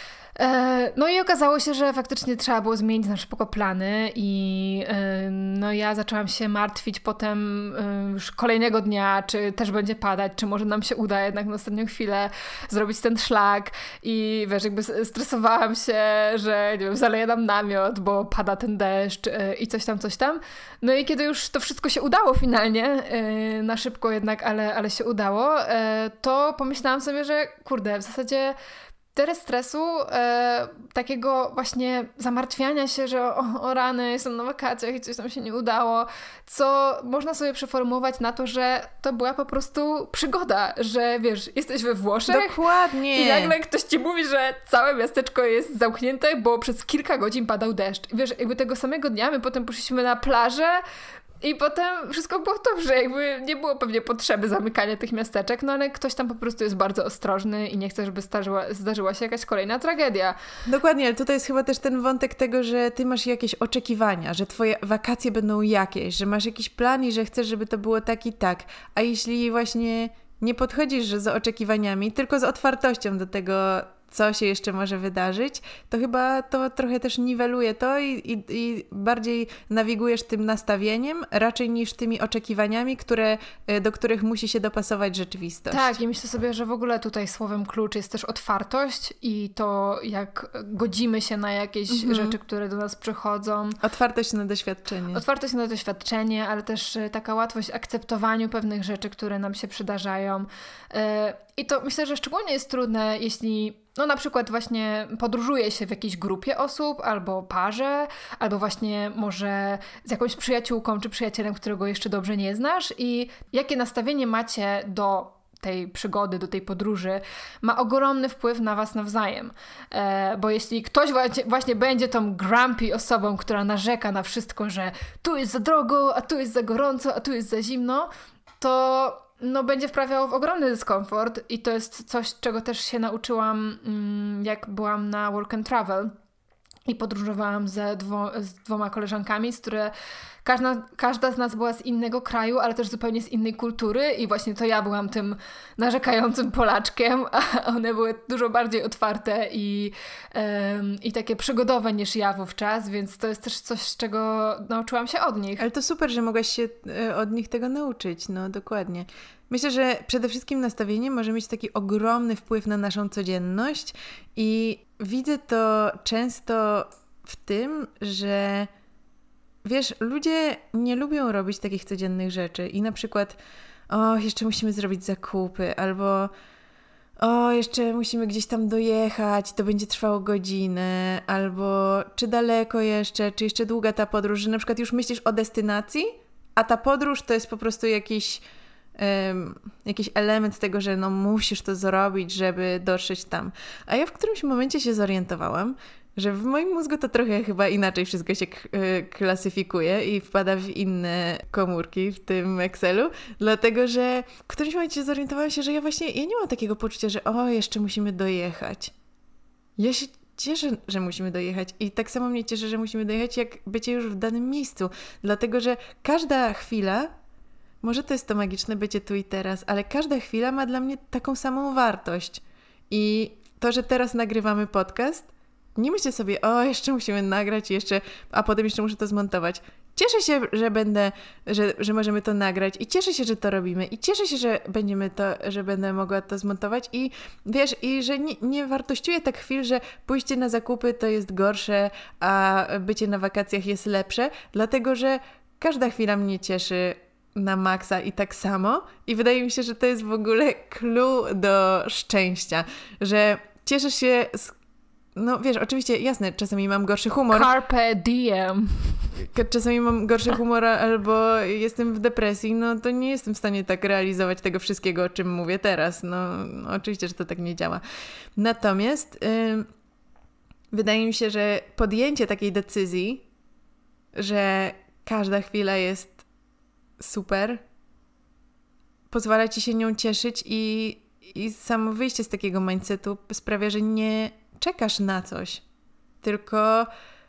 No i okazało się, że faktycznie trzeba było zmienić na szybko plany i no ja zaczęłam się martwić potem już kolejnego dnia, czy też będzie padać, czy może nam się uda jednak na ostatnią chwilę zrobić ten szlak i wiesz, jakby stresowałam się, że nie wiem, zaleję nam namiot, bo pada ten deszcz i coś tam, coś tam. No i kiedy już to wszystko się udało finalnie, na szybko jednak, ale, ale się udało, to pomyślałam sobie, że kurde, w zasadzie tyle stresu, e, takiego właśnie zamartwiania się, że o, o rany, jestem na wakacjach i coś tam się nie udało, co można sobie przeformułować na to, że to była po prostu przygoda, że wiesz, jesteś we Włoszech. Dokładnie. I nagle ktoś ci mówi, że całe miasteczko jest zamknięte, bo przez kilka godzin padał deszcz. I wiesz, jakby tego samego dnia my potem poszliśmy na plażę, i potem wszystko było dobrze, jakby nie było pewnie potrzeby zamykania tych miasteczek, no ale ktoś tam po prostu jest bardzo ostrożny i nie chce, żeby zdarzyła, zdarzyła się jakaś kolejna tragedia. Dokładnie, ale tutaj jest chyba też ten wątek tego, że ty masz jakieś oczekiwania, że twoje wakacje będą jakieś, że masz jakiś plan i że chcesz, żeby to było tak i tak. A jeśli właśnie nie podchodzisz z oczekiwaniami, tylko z otwartością do tego, co się jeszcze może wydarzyć, to chyba to trochę też niweluje to i, i, i bardziej nawigujesz tym nastawieniem, raczej niż tymi oczekiwaniami, które, do których musi się dopasować rzeczywistość. Tak, i myślę sobie, że w ogóle tutaj słowem klucz jest też otwartość i to, jak godzimy się na jakieś mhm. rzeczy, które do nas przychodzą. Otwartość na doświadczenie. Otwartość na doświadczenie, ale też taka łatwość akceptowaniu pewnych rzeczy, które nam się przydarzają. I to myślę, że szczególnie jest trudne, jeśli no na przykład właśnie podróżuje się w jakiejś grupie osób, albo parze, albo właśnie może z jakąś przyjaciółką czy przyjacielem, którego jeszcze dobrze nie znasz i jakie nastawienie macie do tej przygody, do tej podróży, ma ogromny wpływ na was nawzajem. E, bo jeśli ktoś właśnie, właśnie będzie tą grumpy osobą, która narzeka na wszystko, że tu jest za drogo, a tu jest za gorąco, a tu jest za zimno, to no, będzie wprawiało w ogromny dyskomfort i to jest coś, czego też się nauczyłam, jak byłam na Work and Travel i podróżowałam ze dwo, z dwoma koleżankami, z które każda, każda z nas była z innego kraju, ale też zupełnie z innej kultury i właśnie to ja byłam tym narzekającym Polaczkiem, a one były dużo bardziej otwarte i, um, i takie przygodowe niż ja wówczas, więc to jest też coś, z czego nauczyłam się od nich. Ale to super, że mogłaś się od nich tego nauczyć, no dokładnie. Myślę, że przede wszystkim nastawienie może mieć taki ogromny wpływ na naszą codzienność i widzę to często w tym, że wiesz, ludzie nie lubią robić takich codziennych rzeczy i na przykład o, jeszcze musimy zrobić zakupy albo o, jeszcze musimy gdzieś tam dojechać, to będzie trwało godzinę albo czy daleko jeszcze, czy jeszcze długa ta podróż, że na przykład już myślisz o destynacji, a ta podróż to jest po prostu jakiś Um, jakiś element tego, że no musisz to zrobić, żeby dotrzeć tam. A ja w którymś momencie się zorientowałam, że w moim mózgu to trochę chyba inaczej wszystko się k- klasyfikuje i wpada w inne komórki w tym Excelu, dlatego że w którymś momencie zorientowałam się, że ja właśnie ja nie mam takiego poczucia, że o, jeszcze musimy dojechać. Ja się cieszę, że musimy dojechać i tak samo mnie cieszy, że musimy dojechać, jak bycie już w danym miejscu, dlatego że każda chwila, może to jest to magiczne bycie tu i teraz, ale każda chwila ma dla mnie taką samą wartość. I to, że teraz nagrywamy podcast, nie myślę sobie, o, jeszcze musimy nagrać, jeszcze, a potem jeszcze muszę to zmontować. Cieszę się, że będę, że, że możemy to nagrać i cieszę się, że to robimy i cieszę się, że będziemy to, że będę mogła to zmontować i wiesz, i że nie, nie wartościuję tak chwil, że pójście na zakupy to jest gorsze, a bycie na wakacjach jest lepsze, dlatego, że każda chwila mnie cieszy na maksa i tak samo i wydaje mi się, że to jest w ogóle clue do szczęścia, że cieszysz się z... no wiesz, oczywiście jasne, czasami mam gorszy humor. Carpe diem. Czasami mam gorszy humor albo jestem w depresji, no to nie jestem w stanie tak realizować tego wszystkiego, o czym mówię teraz. No, no oczywiście, że to tak nie działa. Natomiast yy, wydaje mi się, że podjęcie takiej decyzji, że każda chwila jest super, pozwala ci się nią cieszyć i, i samo wyjście z takiego mindsetu sprawia, że nie czekasz na coś, tylko,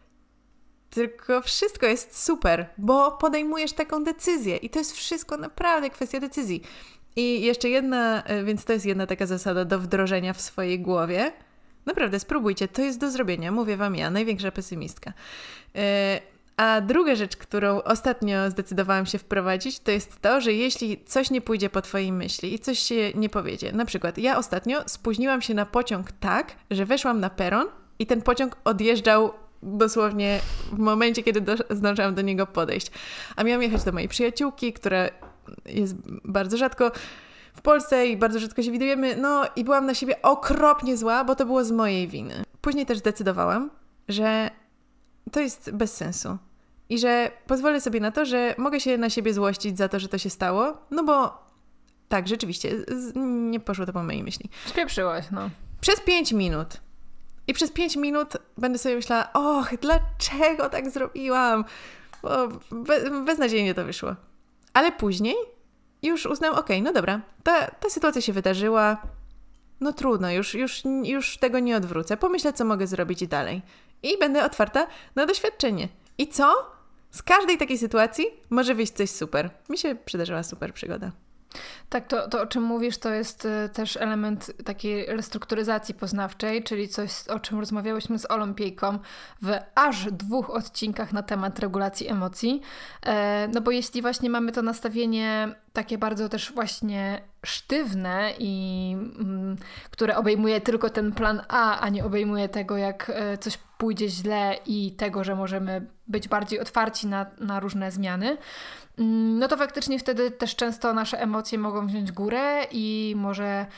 tylko wszystko jest super, bo podejmujesz taką decyzję i to jest wszystko naprawdę kwestia decyzji. I jeszcze jedna, więc to jest jedna taka zasada do wdrożenia w swojej głowie. Naprawdę, spróbujcie, to jest do zrobienia, mówię wam ja, największa pesymistka. Yy, A druga rzecz, którą ostatnio zdecydowałam się wprowadzić, to jest to, że jeśli coś nie pójdzie po twojej myśli i coś się nie powiedzie, na przykład ja ostatnio spóźniłam się na pociąg tak, że weszłam na peron i ten pociąg odjeżdżał dosłownie w momencie, kiedy do, zdążyłam do niego podejść. A miałam jechać do mojej przyjaciółki, która jest bardzo rzadko w Polsce i bardzo rzadko się widujemy, no i byłam na siebie okropnie zła, bo to było z mojej winy. Później też zdecydowałam, że to jest bez sensu. I że pozwolę sobie na to, że mogę się na siebie złościć za to, że to się stało, no bo tak, rzeczywiście, z, nie poszło to po mojej myśli. Spieprzyłaś, no. Przez pięć minut. I przez pięć minut będę sobie myślała, och, dlaczego tak zrobiłam? Bo be, beznadziejnie to wyszło. Ale później już uznałam, okej, okay, no dobra, ta, ta sytuacja się wydarzyła, no trudno, już, już, już tego nie odwrócę. Pomyślę, co mogę zrobić dalej. I będę otwarta na doświadczenie. I co? Z każdej takiej sytuacji może wyjść coś super. Mi się przydarzyła super przygoda. Tak, to, to o czym mówisz, to jest y, też element takiej restrukturyzacji poznawczej, czyli coś, o czym rozmawiałyśmy z Olą Piejką w aż dwóch odcinkach na temat regulacji emocji. E, no bo jeśli właśnie mamy to nastawienie takie bardzo też właśnie sztywne i mm, które obejmuje tylko ten plan A, a nie obejmuje tego, jak y, coś pójdzie źle i tego, że możemy być bardziej otwarci na, na różne zmiany, no to faktycznie wtedy też często nasze emocje mogą wziąć górę i może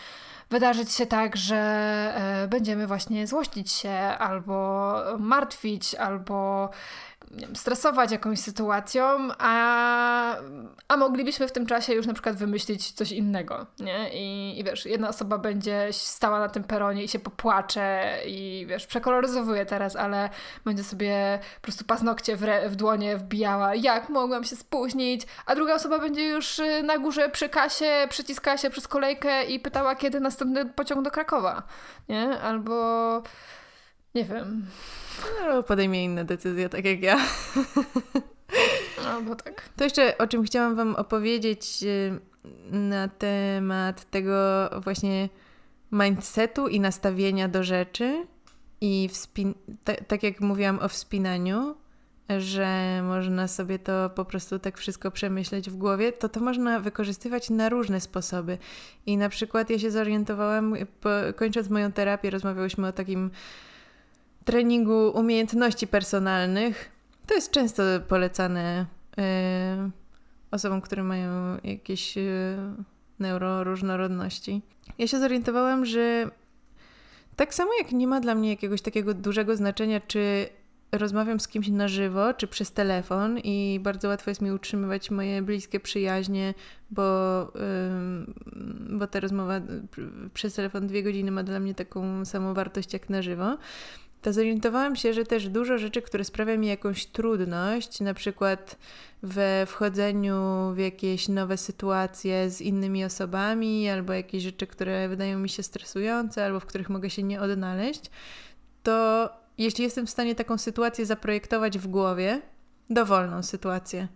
wydarzyć się tak, że y, będziemy właśnie złościć się albo martwić, albo nie wiem, stresować jakąś sytuacją, a, a moglibyśmy w tym czasie już na przykład wymyślić coś innego, nie? I, i wiesz, jedna osoba będzie stała na tym peronie i się popłacze i wiesz, przekoloryzowuje teraz, ale będzie sobie po prostu paznokcie w, re, w dłonie wbijała, jak mogłam się spóźnić, a druga osoba będzie już na górze przy kasie, przyciskała się przez kolejkę i pytała, kiedy następny pociąg do Krakowa, nie? Albo nie wiem... No, podejmie inne decyzje, tak jak ja. Albo tak. To jeszcze, o czym chciałam wam opowiedzieć na temat tego właśnie mindsetu i nastawienia do rzeczy i wspin- t- tak jak mówiłam o wspinaniu, że można sobie to po prostu tak wszystko przemyśleć w głowie, to to można wykorzystywać na różne sposoby. I na przykład ja się zorientowałam, po, kończąc moją terapię, rozmawiałyśmy o takim treningu umiejętności personalnych. To jest często polecane y, osobom, które mają jakieś y, neuroróżnorodności. Ja się zorientowałam, że tak samo jak nie ma dla mnie jakiegoś takiego dużego znaczenia, czy rozmawiam z kimś na żywo, czy przez telefon i bardzo łatwo jest mi utrzymywać moje bliskie przyjaźnie, bo, y, bo ta rozmowa przez telefon dwie godziny ma dla mnie taką samą wartość jak na żywo. To zorientowałam się, że też dużo rzeczy, które sprawia mi jakąś trudność, na przykład we wchodzeniu w jakieś nowe sytuacje z innymi osobami, albo jakieś rzeczy, które wydają mi się stresujące, albo w których mogę się nie odnaleźć, to jeśli jestem w stanie taką sytuację zaprojektować w głowie, dowolną sytuację,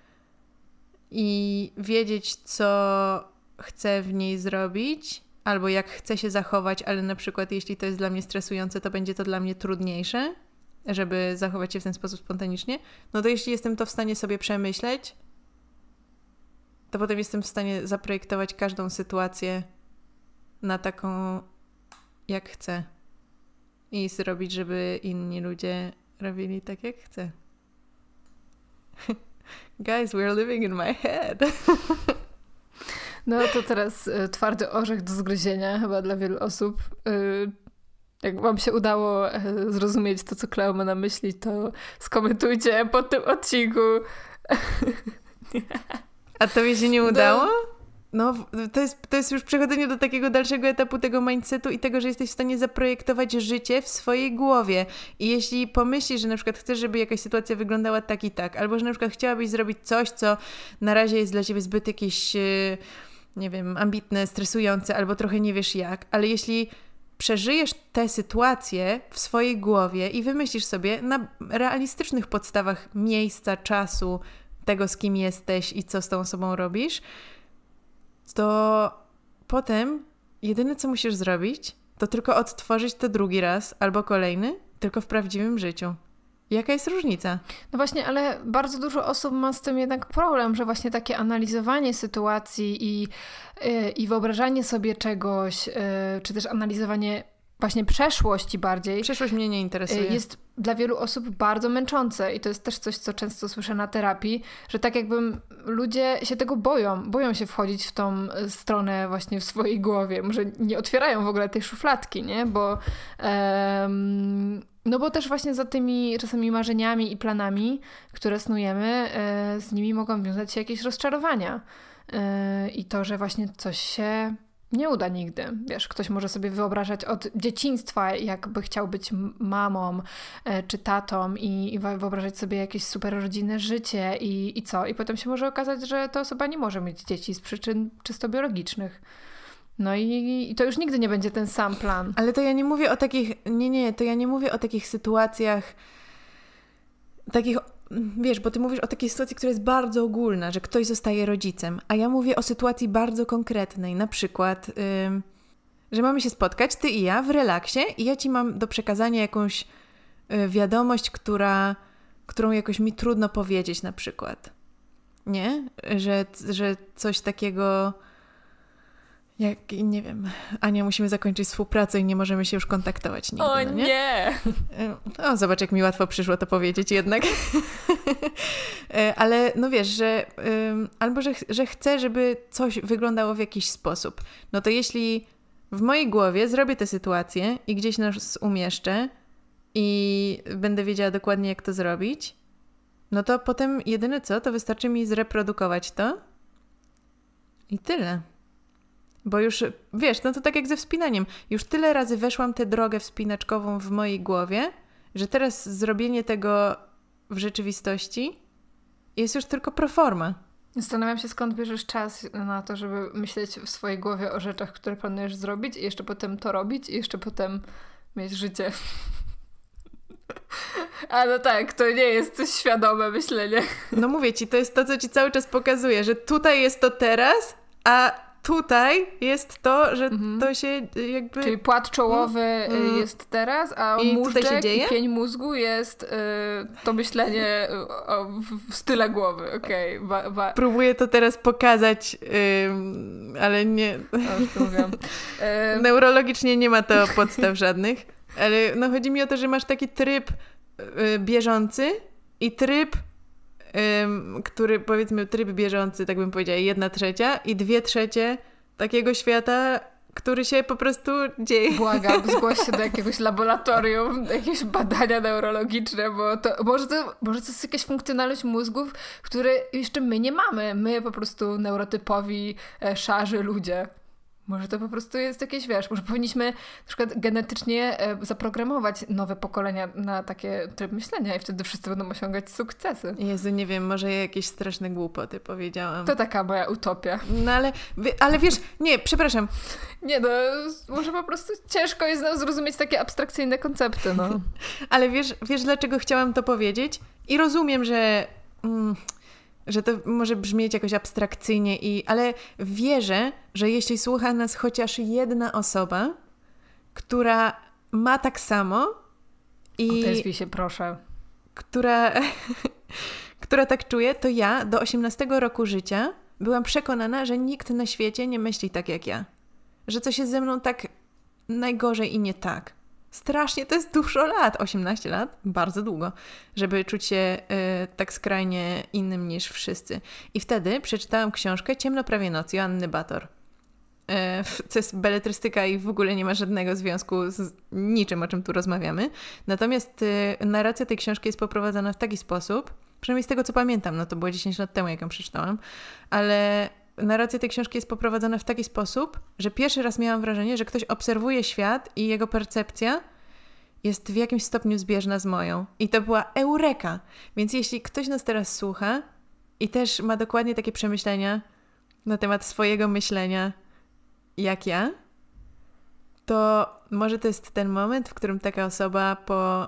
i wiedzieć, co chcę w niej zrobić, albo jak chcę się zachować, ale na przykład jeśli to jest dla mnie stresujące, to będzie to dla mnie trudniejsze, żeby zachować się w ten sposób spontanicznie, no to jeśli jestem to w stanie sobie przemyśleć, to potem jestem w stanie zaprojektować każdą sytuację na taką, jak chcę. I zrobić, żeby inni ludzie robili tak, jak chcę. Guys, we're living in my head. No to teraz y, twardy orzech do zgryzienia chyba dla wielu osób. Y, jak wam się udało y, zrozumieć to, co Kleo ma na myśli, to skomentujcie pod tym odcinku. A tobie się nie udało? No, to jest, to jest już przechodzenie do takiego dalszego etapu tego mindsetu i tego, że jesteś w stanie zaprojektować życie w swojej głowie. I jeśli pomyślisz, że na przykład chcesz, żeby jakaś sytuacja wyglądała tak i tak, albo że na przykład chciałabyś zrobić coś, co na razie jest dla ciebie zbyt jakieś, nie wiem, ambitne, stresujące, albo trochę nie wiesz jak, ale jeśli przeżyjesz tę sytuację w swojej głowie i wymyślisz sobie na realistycznych podstawach miejsca, czasu, tego, z kim jesteś i co z tą osobą robisz, to potem jedyne, co musisz zrobić, to tylko odtworzyć to drugi raz albo kolejny, tylko w prawdziwym życiu. Jaka jest różnica? No właśnie, ale bardzo dużo osób ma z tym jednak problem, że właśnie takie analizowanie sytuacji i, yy, i wyobrażanie sobie czegoś, yy, czy też analizowanie właśnie przeszłości bardziej. Przeszłość mnie nie interesuje. Jest dla wielu osób bardzo męczące i to jest też coś, co często słyszę na terapii, że tak jakby ludzie się tego boją, boją się wchodzić w tą stronę właśnie w swojej głowie. Może nie otwierają w ogóle tej szufladki, nie? Bo um, no bo też właśnie za tymi czasami marzeniami i planami, które snujemy, e, z nimi mogą wiązać się jakieś rozczarowania. E, I to, że właśnie coś się nie uda nigdy. Wiesz, ktoś może sobie wyobrażać od dzieciństwa, jakby chciał być mamą e, czy tatą i, i wyobrażać sobie jakieś super rodzinne życie i, i co? I potem się może okazać, że ta osoba nie może mieć dzieci z przyczyn czysto biologicznych. No i, i to już nigdy nie będzie ten sam plan. Ale to ja nie mówię o takich, nie, nie, to ja nie mówię o takich sytuacjach, takich, wiesz, bo ty mówisz o takiej sytuacji, która jest bardzo ogólna, że ktoś zostaje rodzicem, a ja mówię o sytuacji bardzo konkretnej, na przykład, yy, że mamy się spotkać, ty i ja, w relaksie i ja ci mam do przekazania jakąś yy, wiadomość, która, którą jakoś mi trudno powiedzieć na przykład, nie? Że, że coś takiego... Jak, nie wiem, Ania, musimy zakończyć współpracę i nie możemy się już kontaktować nigdy, O no nie? nie! O, zobacz, jak mi łatwo przyszło to powiedzieć jednak. Ale no wiesz, że albo, że, że chcę, żeby coś wyglądało w jakiś sposób. No to jeśli w mojej głowie zrobię tę sytuację i gdzieś nas umieszczę i będę wiedziała dokładnie, jak to zrobić, no to potem jedyne co, to wystarczy mi zreprodukować to i tyle. Bo już, wiesz, no to tak jak ze wspinaniem. Już tyle razy weszłam tę drogę wspinaczkową w mojej głowie, że teraz zrobienie tego w rzeczywistości jest już tylko proforma. Zastanawiam się, skąd bierzesz czas na to, żeby myśleć w swojej głowie o rzeczach, które planujesz zrobić i jeszcze potem to robić i jeszcze potem mieć życie. A no tak, to nie jest coś świadome myślenie. No mówię ci, to jest to, co ci cały czas pokazuje, że tutaj jest to teraz, a tutaj jest to, że mhm. to się jakby... Czyli płat czołowy mm. jest teraz, a I móżdżek i pień mózgu jest y, to myślenie o, w style głowy. Okej. Okay. Ba, ba. Próbuję to teraz pokazać, yy, ale nie... O, już to mówiłam. Y... Neurologicznie nie ma to podstaw żadnych, ale no chodzi mi o to, że masz taki tryb y, bieżący i tryb Ym, który, powiedzmy, tryb bieżący, tak bym powiedziała, jedna trzecia i dwie trzecie takiego świata, który się po prostu dzieje. Błagam, zgłoś się do jakiegoś laboratorium, jakieś badania neurologiczne, bo to może, to może to jest jakaś funkcjonalność mózgów, które jeszcze my nie mamy. My po prostu neurotypowi, e, szarzy ludzie. Może to po prostu jest jakieś, wiesz, może powinniśmy na przykład genetycznie e, zaprogramować nowe pokolenia na takie tryb myślenia i wtedy wszyscy będą osiągać sukcesy. Jezu, nie wiem, może ja jakieś straszne głupoty powiedziałam. To taka moja utopia. No ale, ale wiesz, nie, przepraszam. Nie no, może po prostu ciężko jest nam zrozumieć takie abstrakcyjne koncepty, no. Ale wiesz, wiesz, dlaczego chciałam to powiedzieć? I rozumiem, że... Mm, że to może brzmieć jakoś abstrakcyjnie, i, ale wierzę, że jeśli słucha nas chociaż jedna osoba, która ma tak samo i... Odezwij się, proszę. Która, która tak czuje, to ja do osiemnastego roku życia byłam przekonana, że nikt na świecie nie myśli tak jak ja. Że coś jest ze mną tak najgorzej i nie tak. Strasznie, to jest dużo lat, osiemnaście lat, bardzo długo, żeby czuć się y, tak skrajnie innym niż wszyscy. I wtedy przeczytałam książkę Ciemno prawie noc Joanny Bator. Y, to jest beletrystyka i w ogóle nie ma żadnego związku z niczym, o czym tu rozmawiamy. Natomiast y, narracja tej książki jest poprowadzona w taki sposób, przynajmniej z tego co pamiętam, no to było dziesięć lat temu, jak ją przeczytałam, ale narracja tej książki jest poprowadzona w taki sposób, że pierwszy raz miałam wrażenie, że ktoś obserwuje świat i jego percepcja jest w jakimś stopniu zbieżna z moją. I to była eureka. Więc jeśli ktoś nas teraz słucha i też ma dokładnie takie przemyślenia na temat swojego myślenia jak ja, to może to jest ten moment, w którym taka osoba po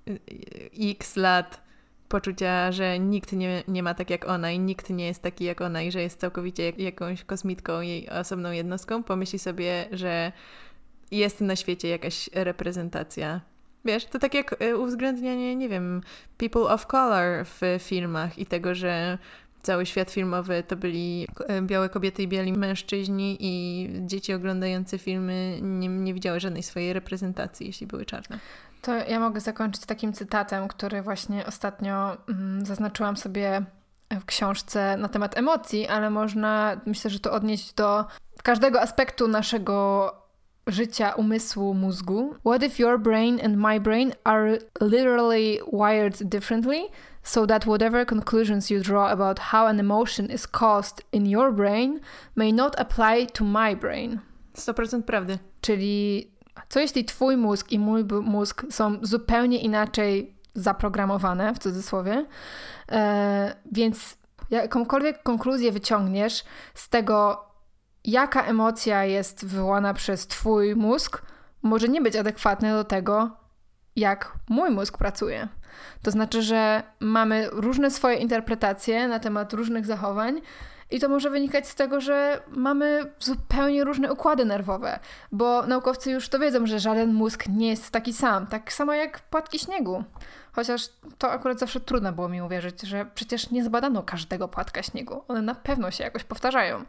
x lat poczucia, że nikt nie, nie ma tak jak ona i nikt nie jest taki jak ona i że jest całkowicie jak, jakąś kosmitką, jej osobną jednostką, pomyśli sobie, że jest na świecie jakaś reprezentacja. Wiesz, to tak jak uwzględnianie, nie wiem, people of color w filmach i tego, że cały świat filmowy to byli białe kobiety i biali mężczyźni i dzieci oglądające filmy nie, nie widziały żadnej swojej reprezentacji, jeśli były czarne. To ja mogę zakończyć takim cytatem, który właśnie ostatnio mm, zaznaczyłam sobie w książce na temat emocji, ale można, myślę, że to odnieść do każdego aspektu naszego życia, umysłu, mózgu. What if your brain and my brain are literally wired differently, so that whatever conclusions you draw about how an emotion is caused in your brain may not apply to my brain? sto procent prawdy. Czyli co jeśli twój mózg i mój mózg są zupełnie inaczej zaprogramowane, w cudzysłowie, e, więc jakąkolwiek konkluzję wyciągniesz z tego, jaka emocja jest wywołana przez twój mózg, może nie być adekwatne do tego, jak mój mózg pracuje. To znaczy, że mamy różne swoje interpretacje na temat różnych zachowań i to może wynikać z tego, że mamy zupełnie różne układy nerwowe, bo naukowcy już to wiedzą, że żaden mózg nie jest taki sam, tak samo jak płatki śniegu. Chociaż to akurat zawsze trudno było mi uwierzyć, że przecież nie zbadano każdego płatka śniegu. One na pewno się jakoś powtarzają.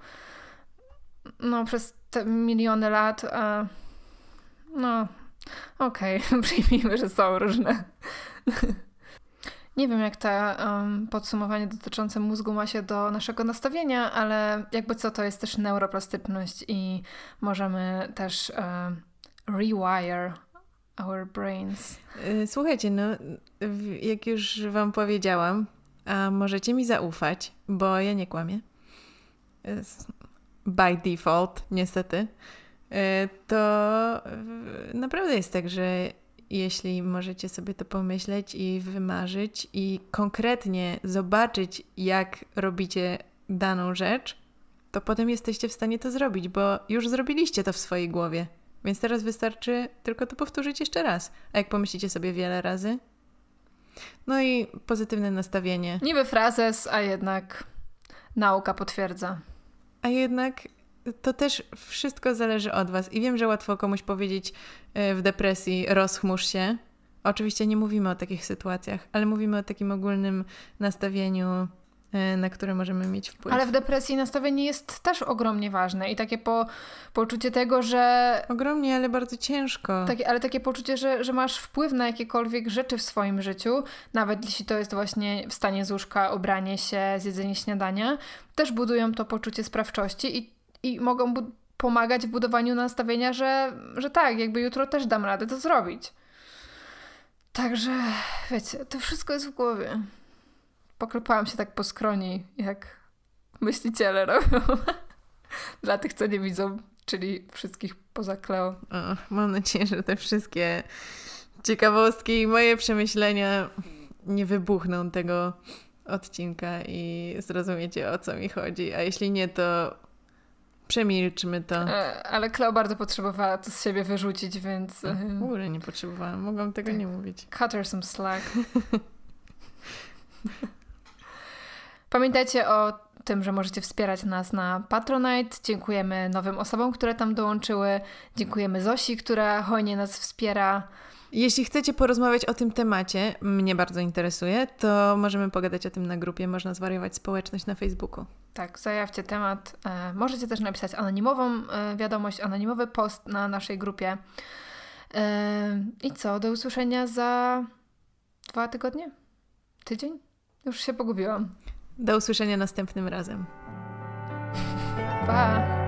No, przez te miliony lat, a... no, okej, okay. Przyjmijmy, że są różne. Nie wiem, jak to um, podsumowanie dotyczące mózgu ma się do naszego nastawienia, ale jakby co, to jest też neuroplastyczność i możemy też um, rewire our brains. Słuchajcie, no jak już wam powiedziałam, a możecie mi zaufać, bo ja nie kłamię. By default, niestety. To naprawdę jest tak, że jeśli możecie sobie to pomyśleć i wymarzyć i konkretnie zobaczyć, jak robicie daną rzecz, to potem jesteście w stanie to zrobić, bo już zrobiliście to w swojej głowie. Więc teraz wystarczy tylko to powtórzyć jeszcze raz. A jak pomyślicie sobie wiele razy? No i pozytywne nastawienie. Niby frazes, a jednak nauka potwierdza. A jednak to też wszystko zależy od was. I wiem, że łatwo komuś powiedzieć w depresji rozchmurz się. Oczywiście nie mówimy o takich sytuacjach, ale mówimy o takim ogólnym nastawieniu, na które możemy mieć wpływ. Ale w depresji nastawienie jest też ogromnie ważne i takie po, poczucie tego, że... Ogromnie, ale bardzo ciężko. Takie, ale takie poczucie, że, że masz wpływ na jakiekolwiek rzeczy w swoim życiu, nawet jeśli to jest właśnie wstanie z łóżka, ubranie się, zjedzenie śniadania, też budują to poczucie sprawczości i, i mogą bu- pomagać w budowaniu nastawienia, że, że tak, jakby jutro też dam radę to zrobić. Także, wiecie, to wszystko jest w głowie. Poklepałam się tak po skroni, jak myśliciele robią. Dla tych, co nie widzą, czyli wszystkich poza Cleo. O, mam nadzieję, że te wszystkie ciekawostki i moje przemyślenia nie wybuchną tego odcinka i zrozumiecie, o co mi chodzi. A jeśli nie, to przemilczmy to. Ale Cleo bardzo potrzebowała to z siebie wyrzucić, więc... W ogóle nie potrzebowałam. Mogłam tego tak. nie mówić. Cut her some slack. Pamiętajcie o tym, że możecie wspierać nas na Patronite. Dziękujemy nowym osobom, które tam dołączyły. Dziękujemy Zosi, która hojnie nas wspiera. Jeśli chcecie porozmawiać o tym temacie, mnie bardzo interesuje, to możemy pogadać o tym na grupie Można Zwariować Społeczność na Facebooku. Tak, zajawcie temat. E, możecie też napisać anonimową e, wiadomość, anonimowy post na naszej grupie. E, I co? Do usłyszenia za dwa tygodnie? Tydzień? Już się pogubiłam. Do usłyszenia następnym razem. Pa!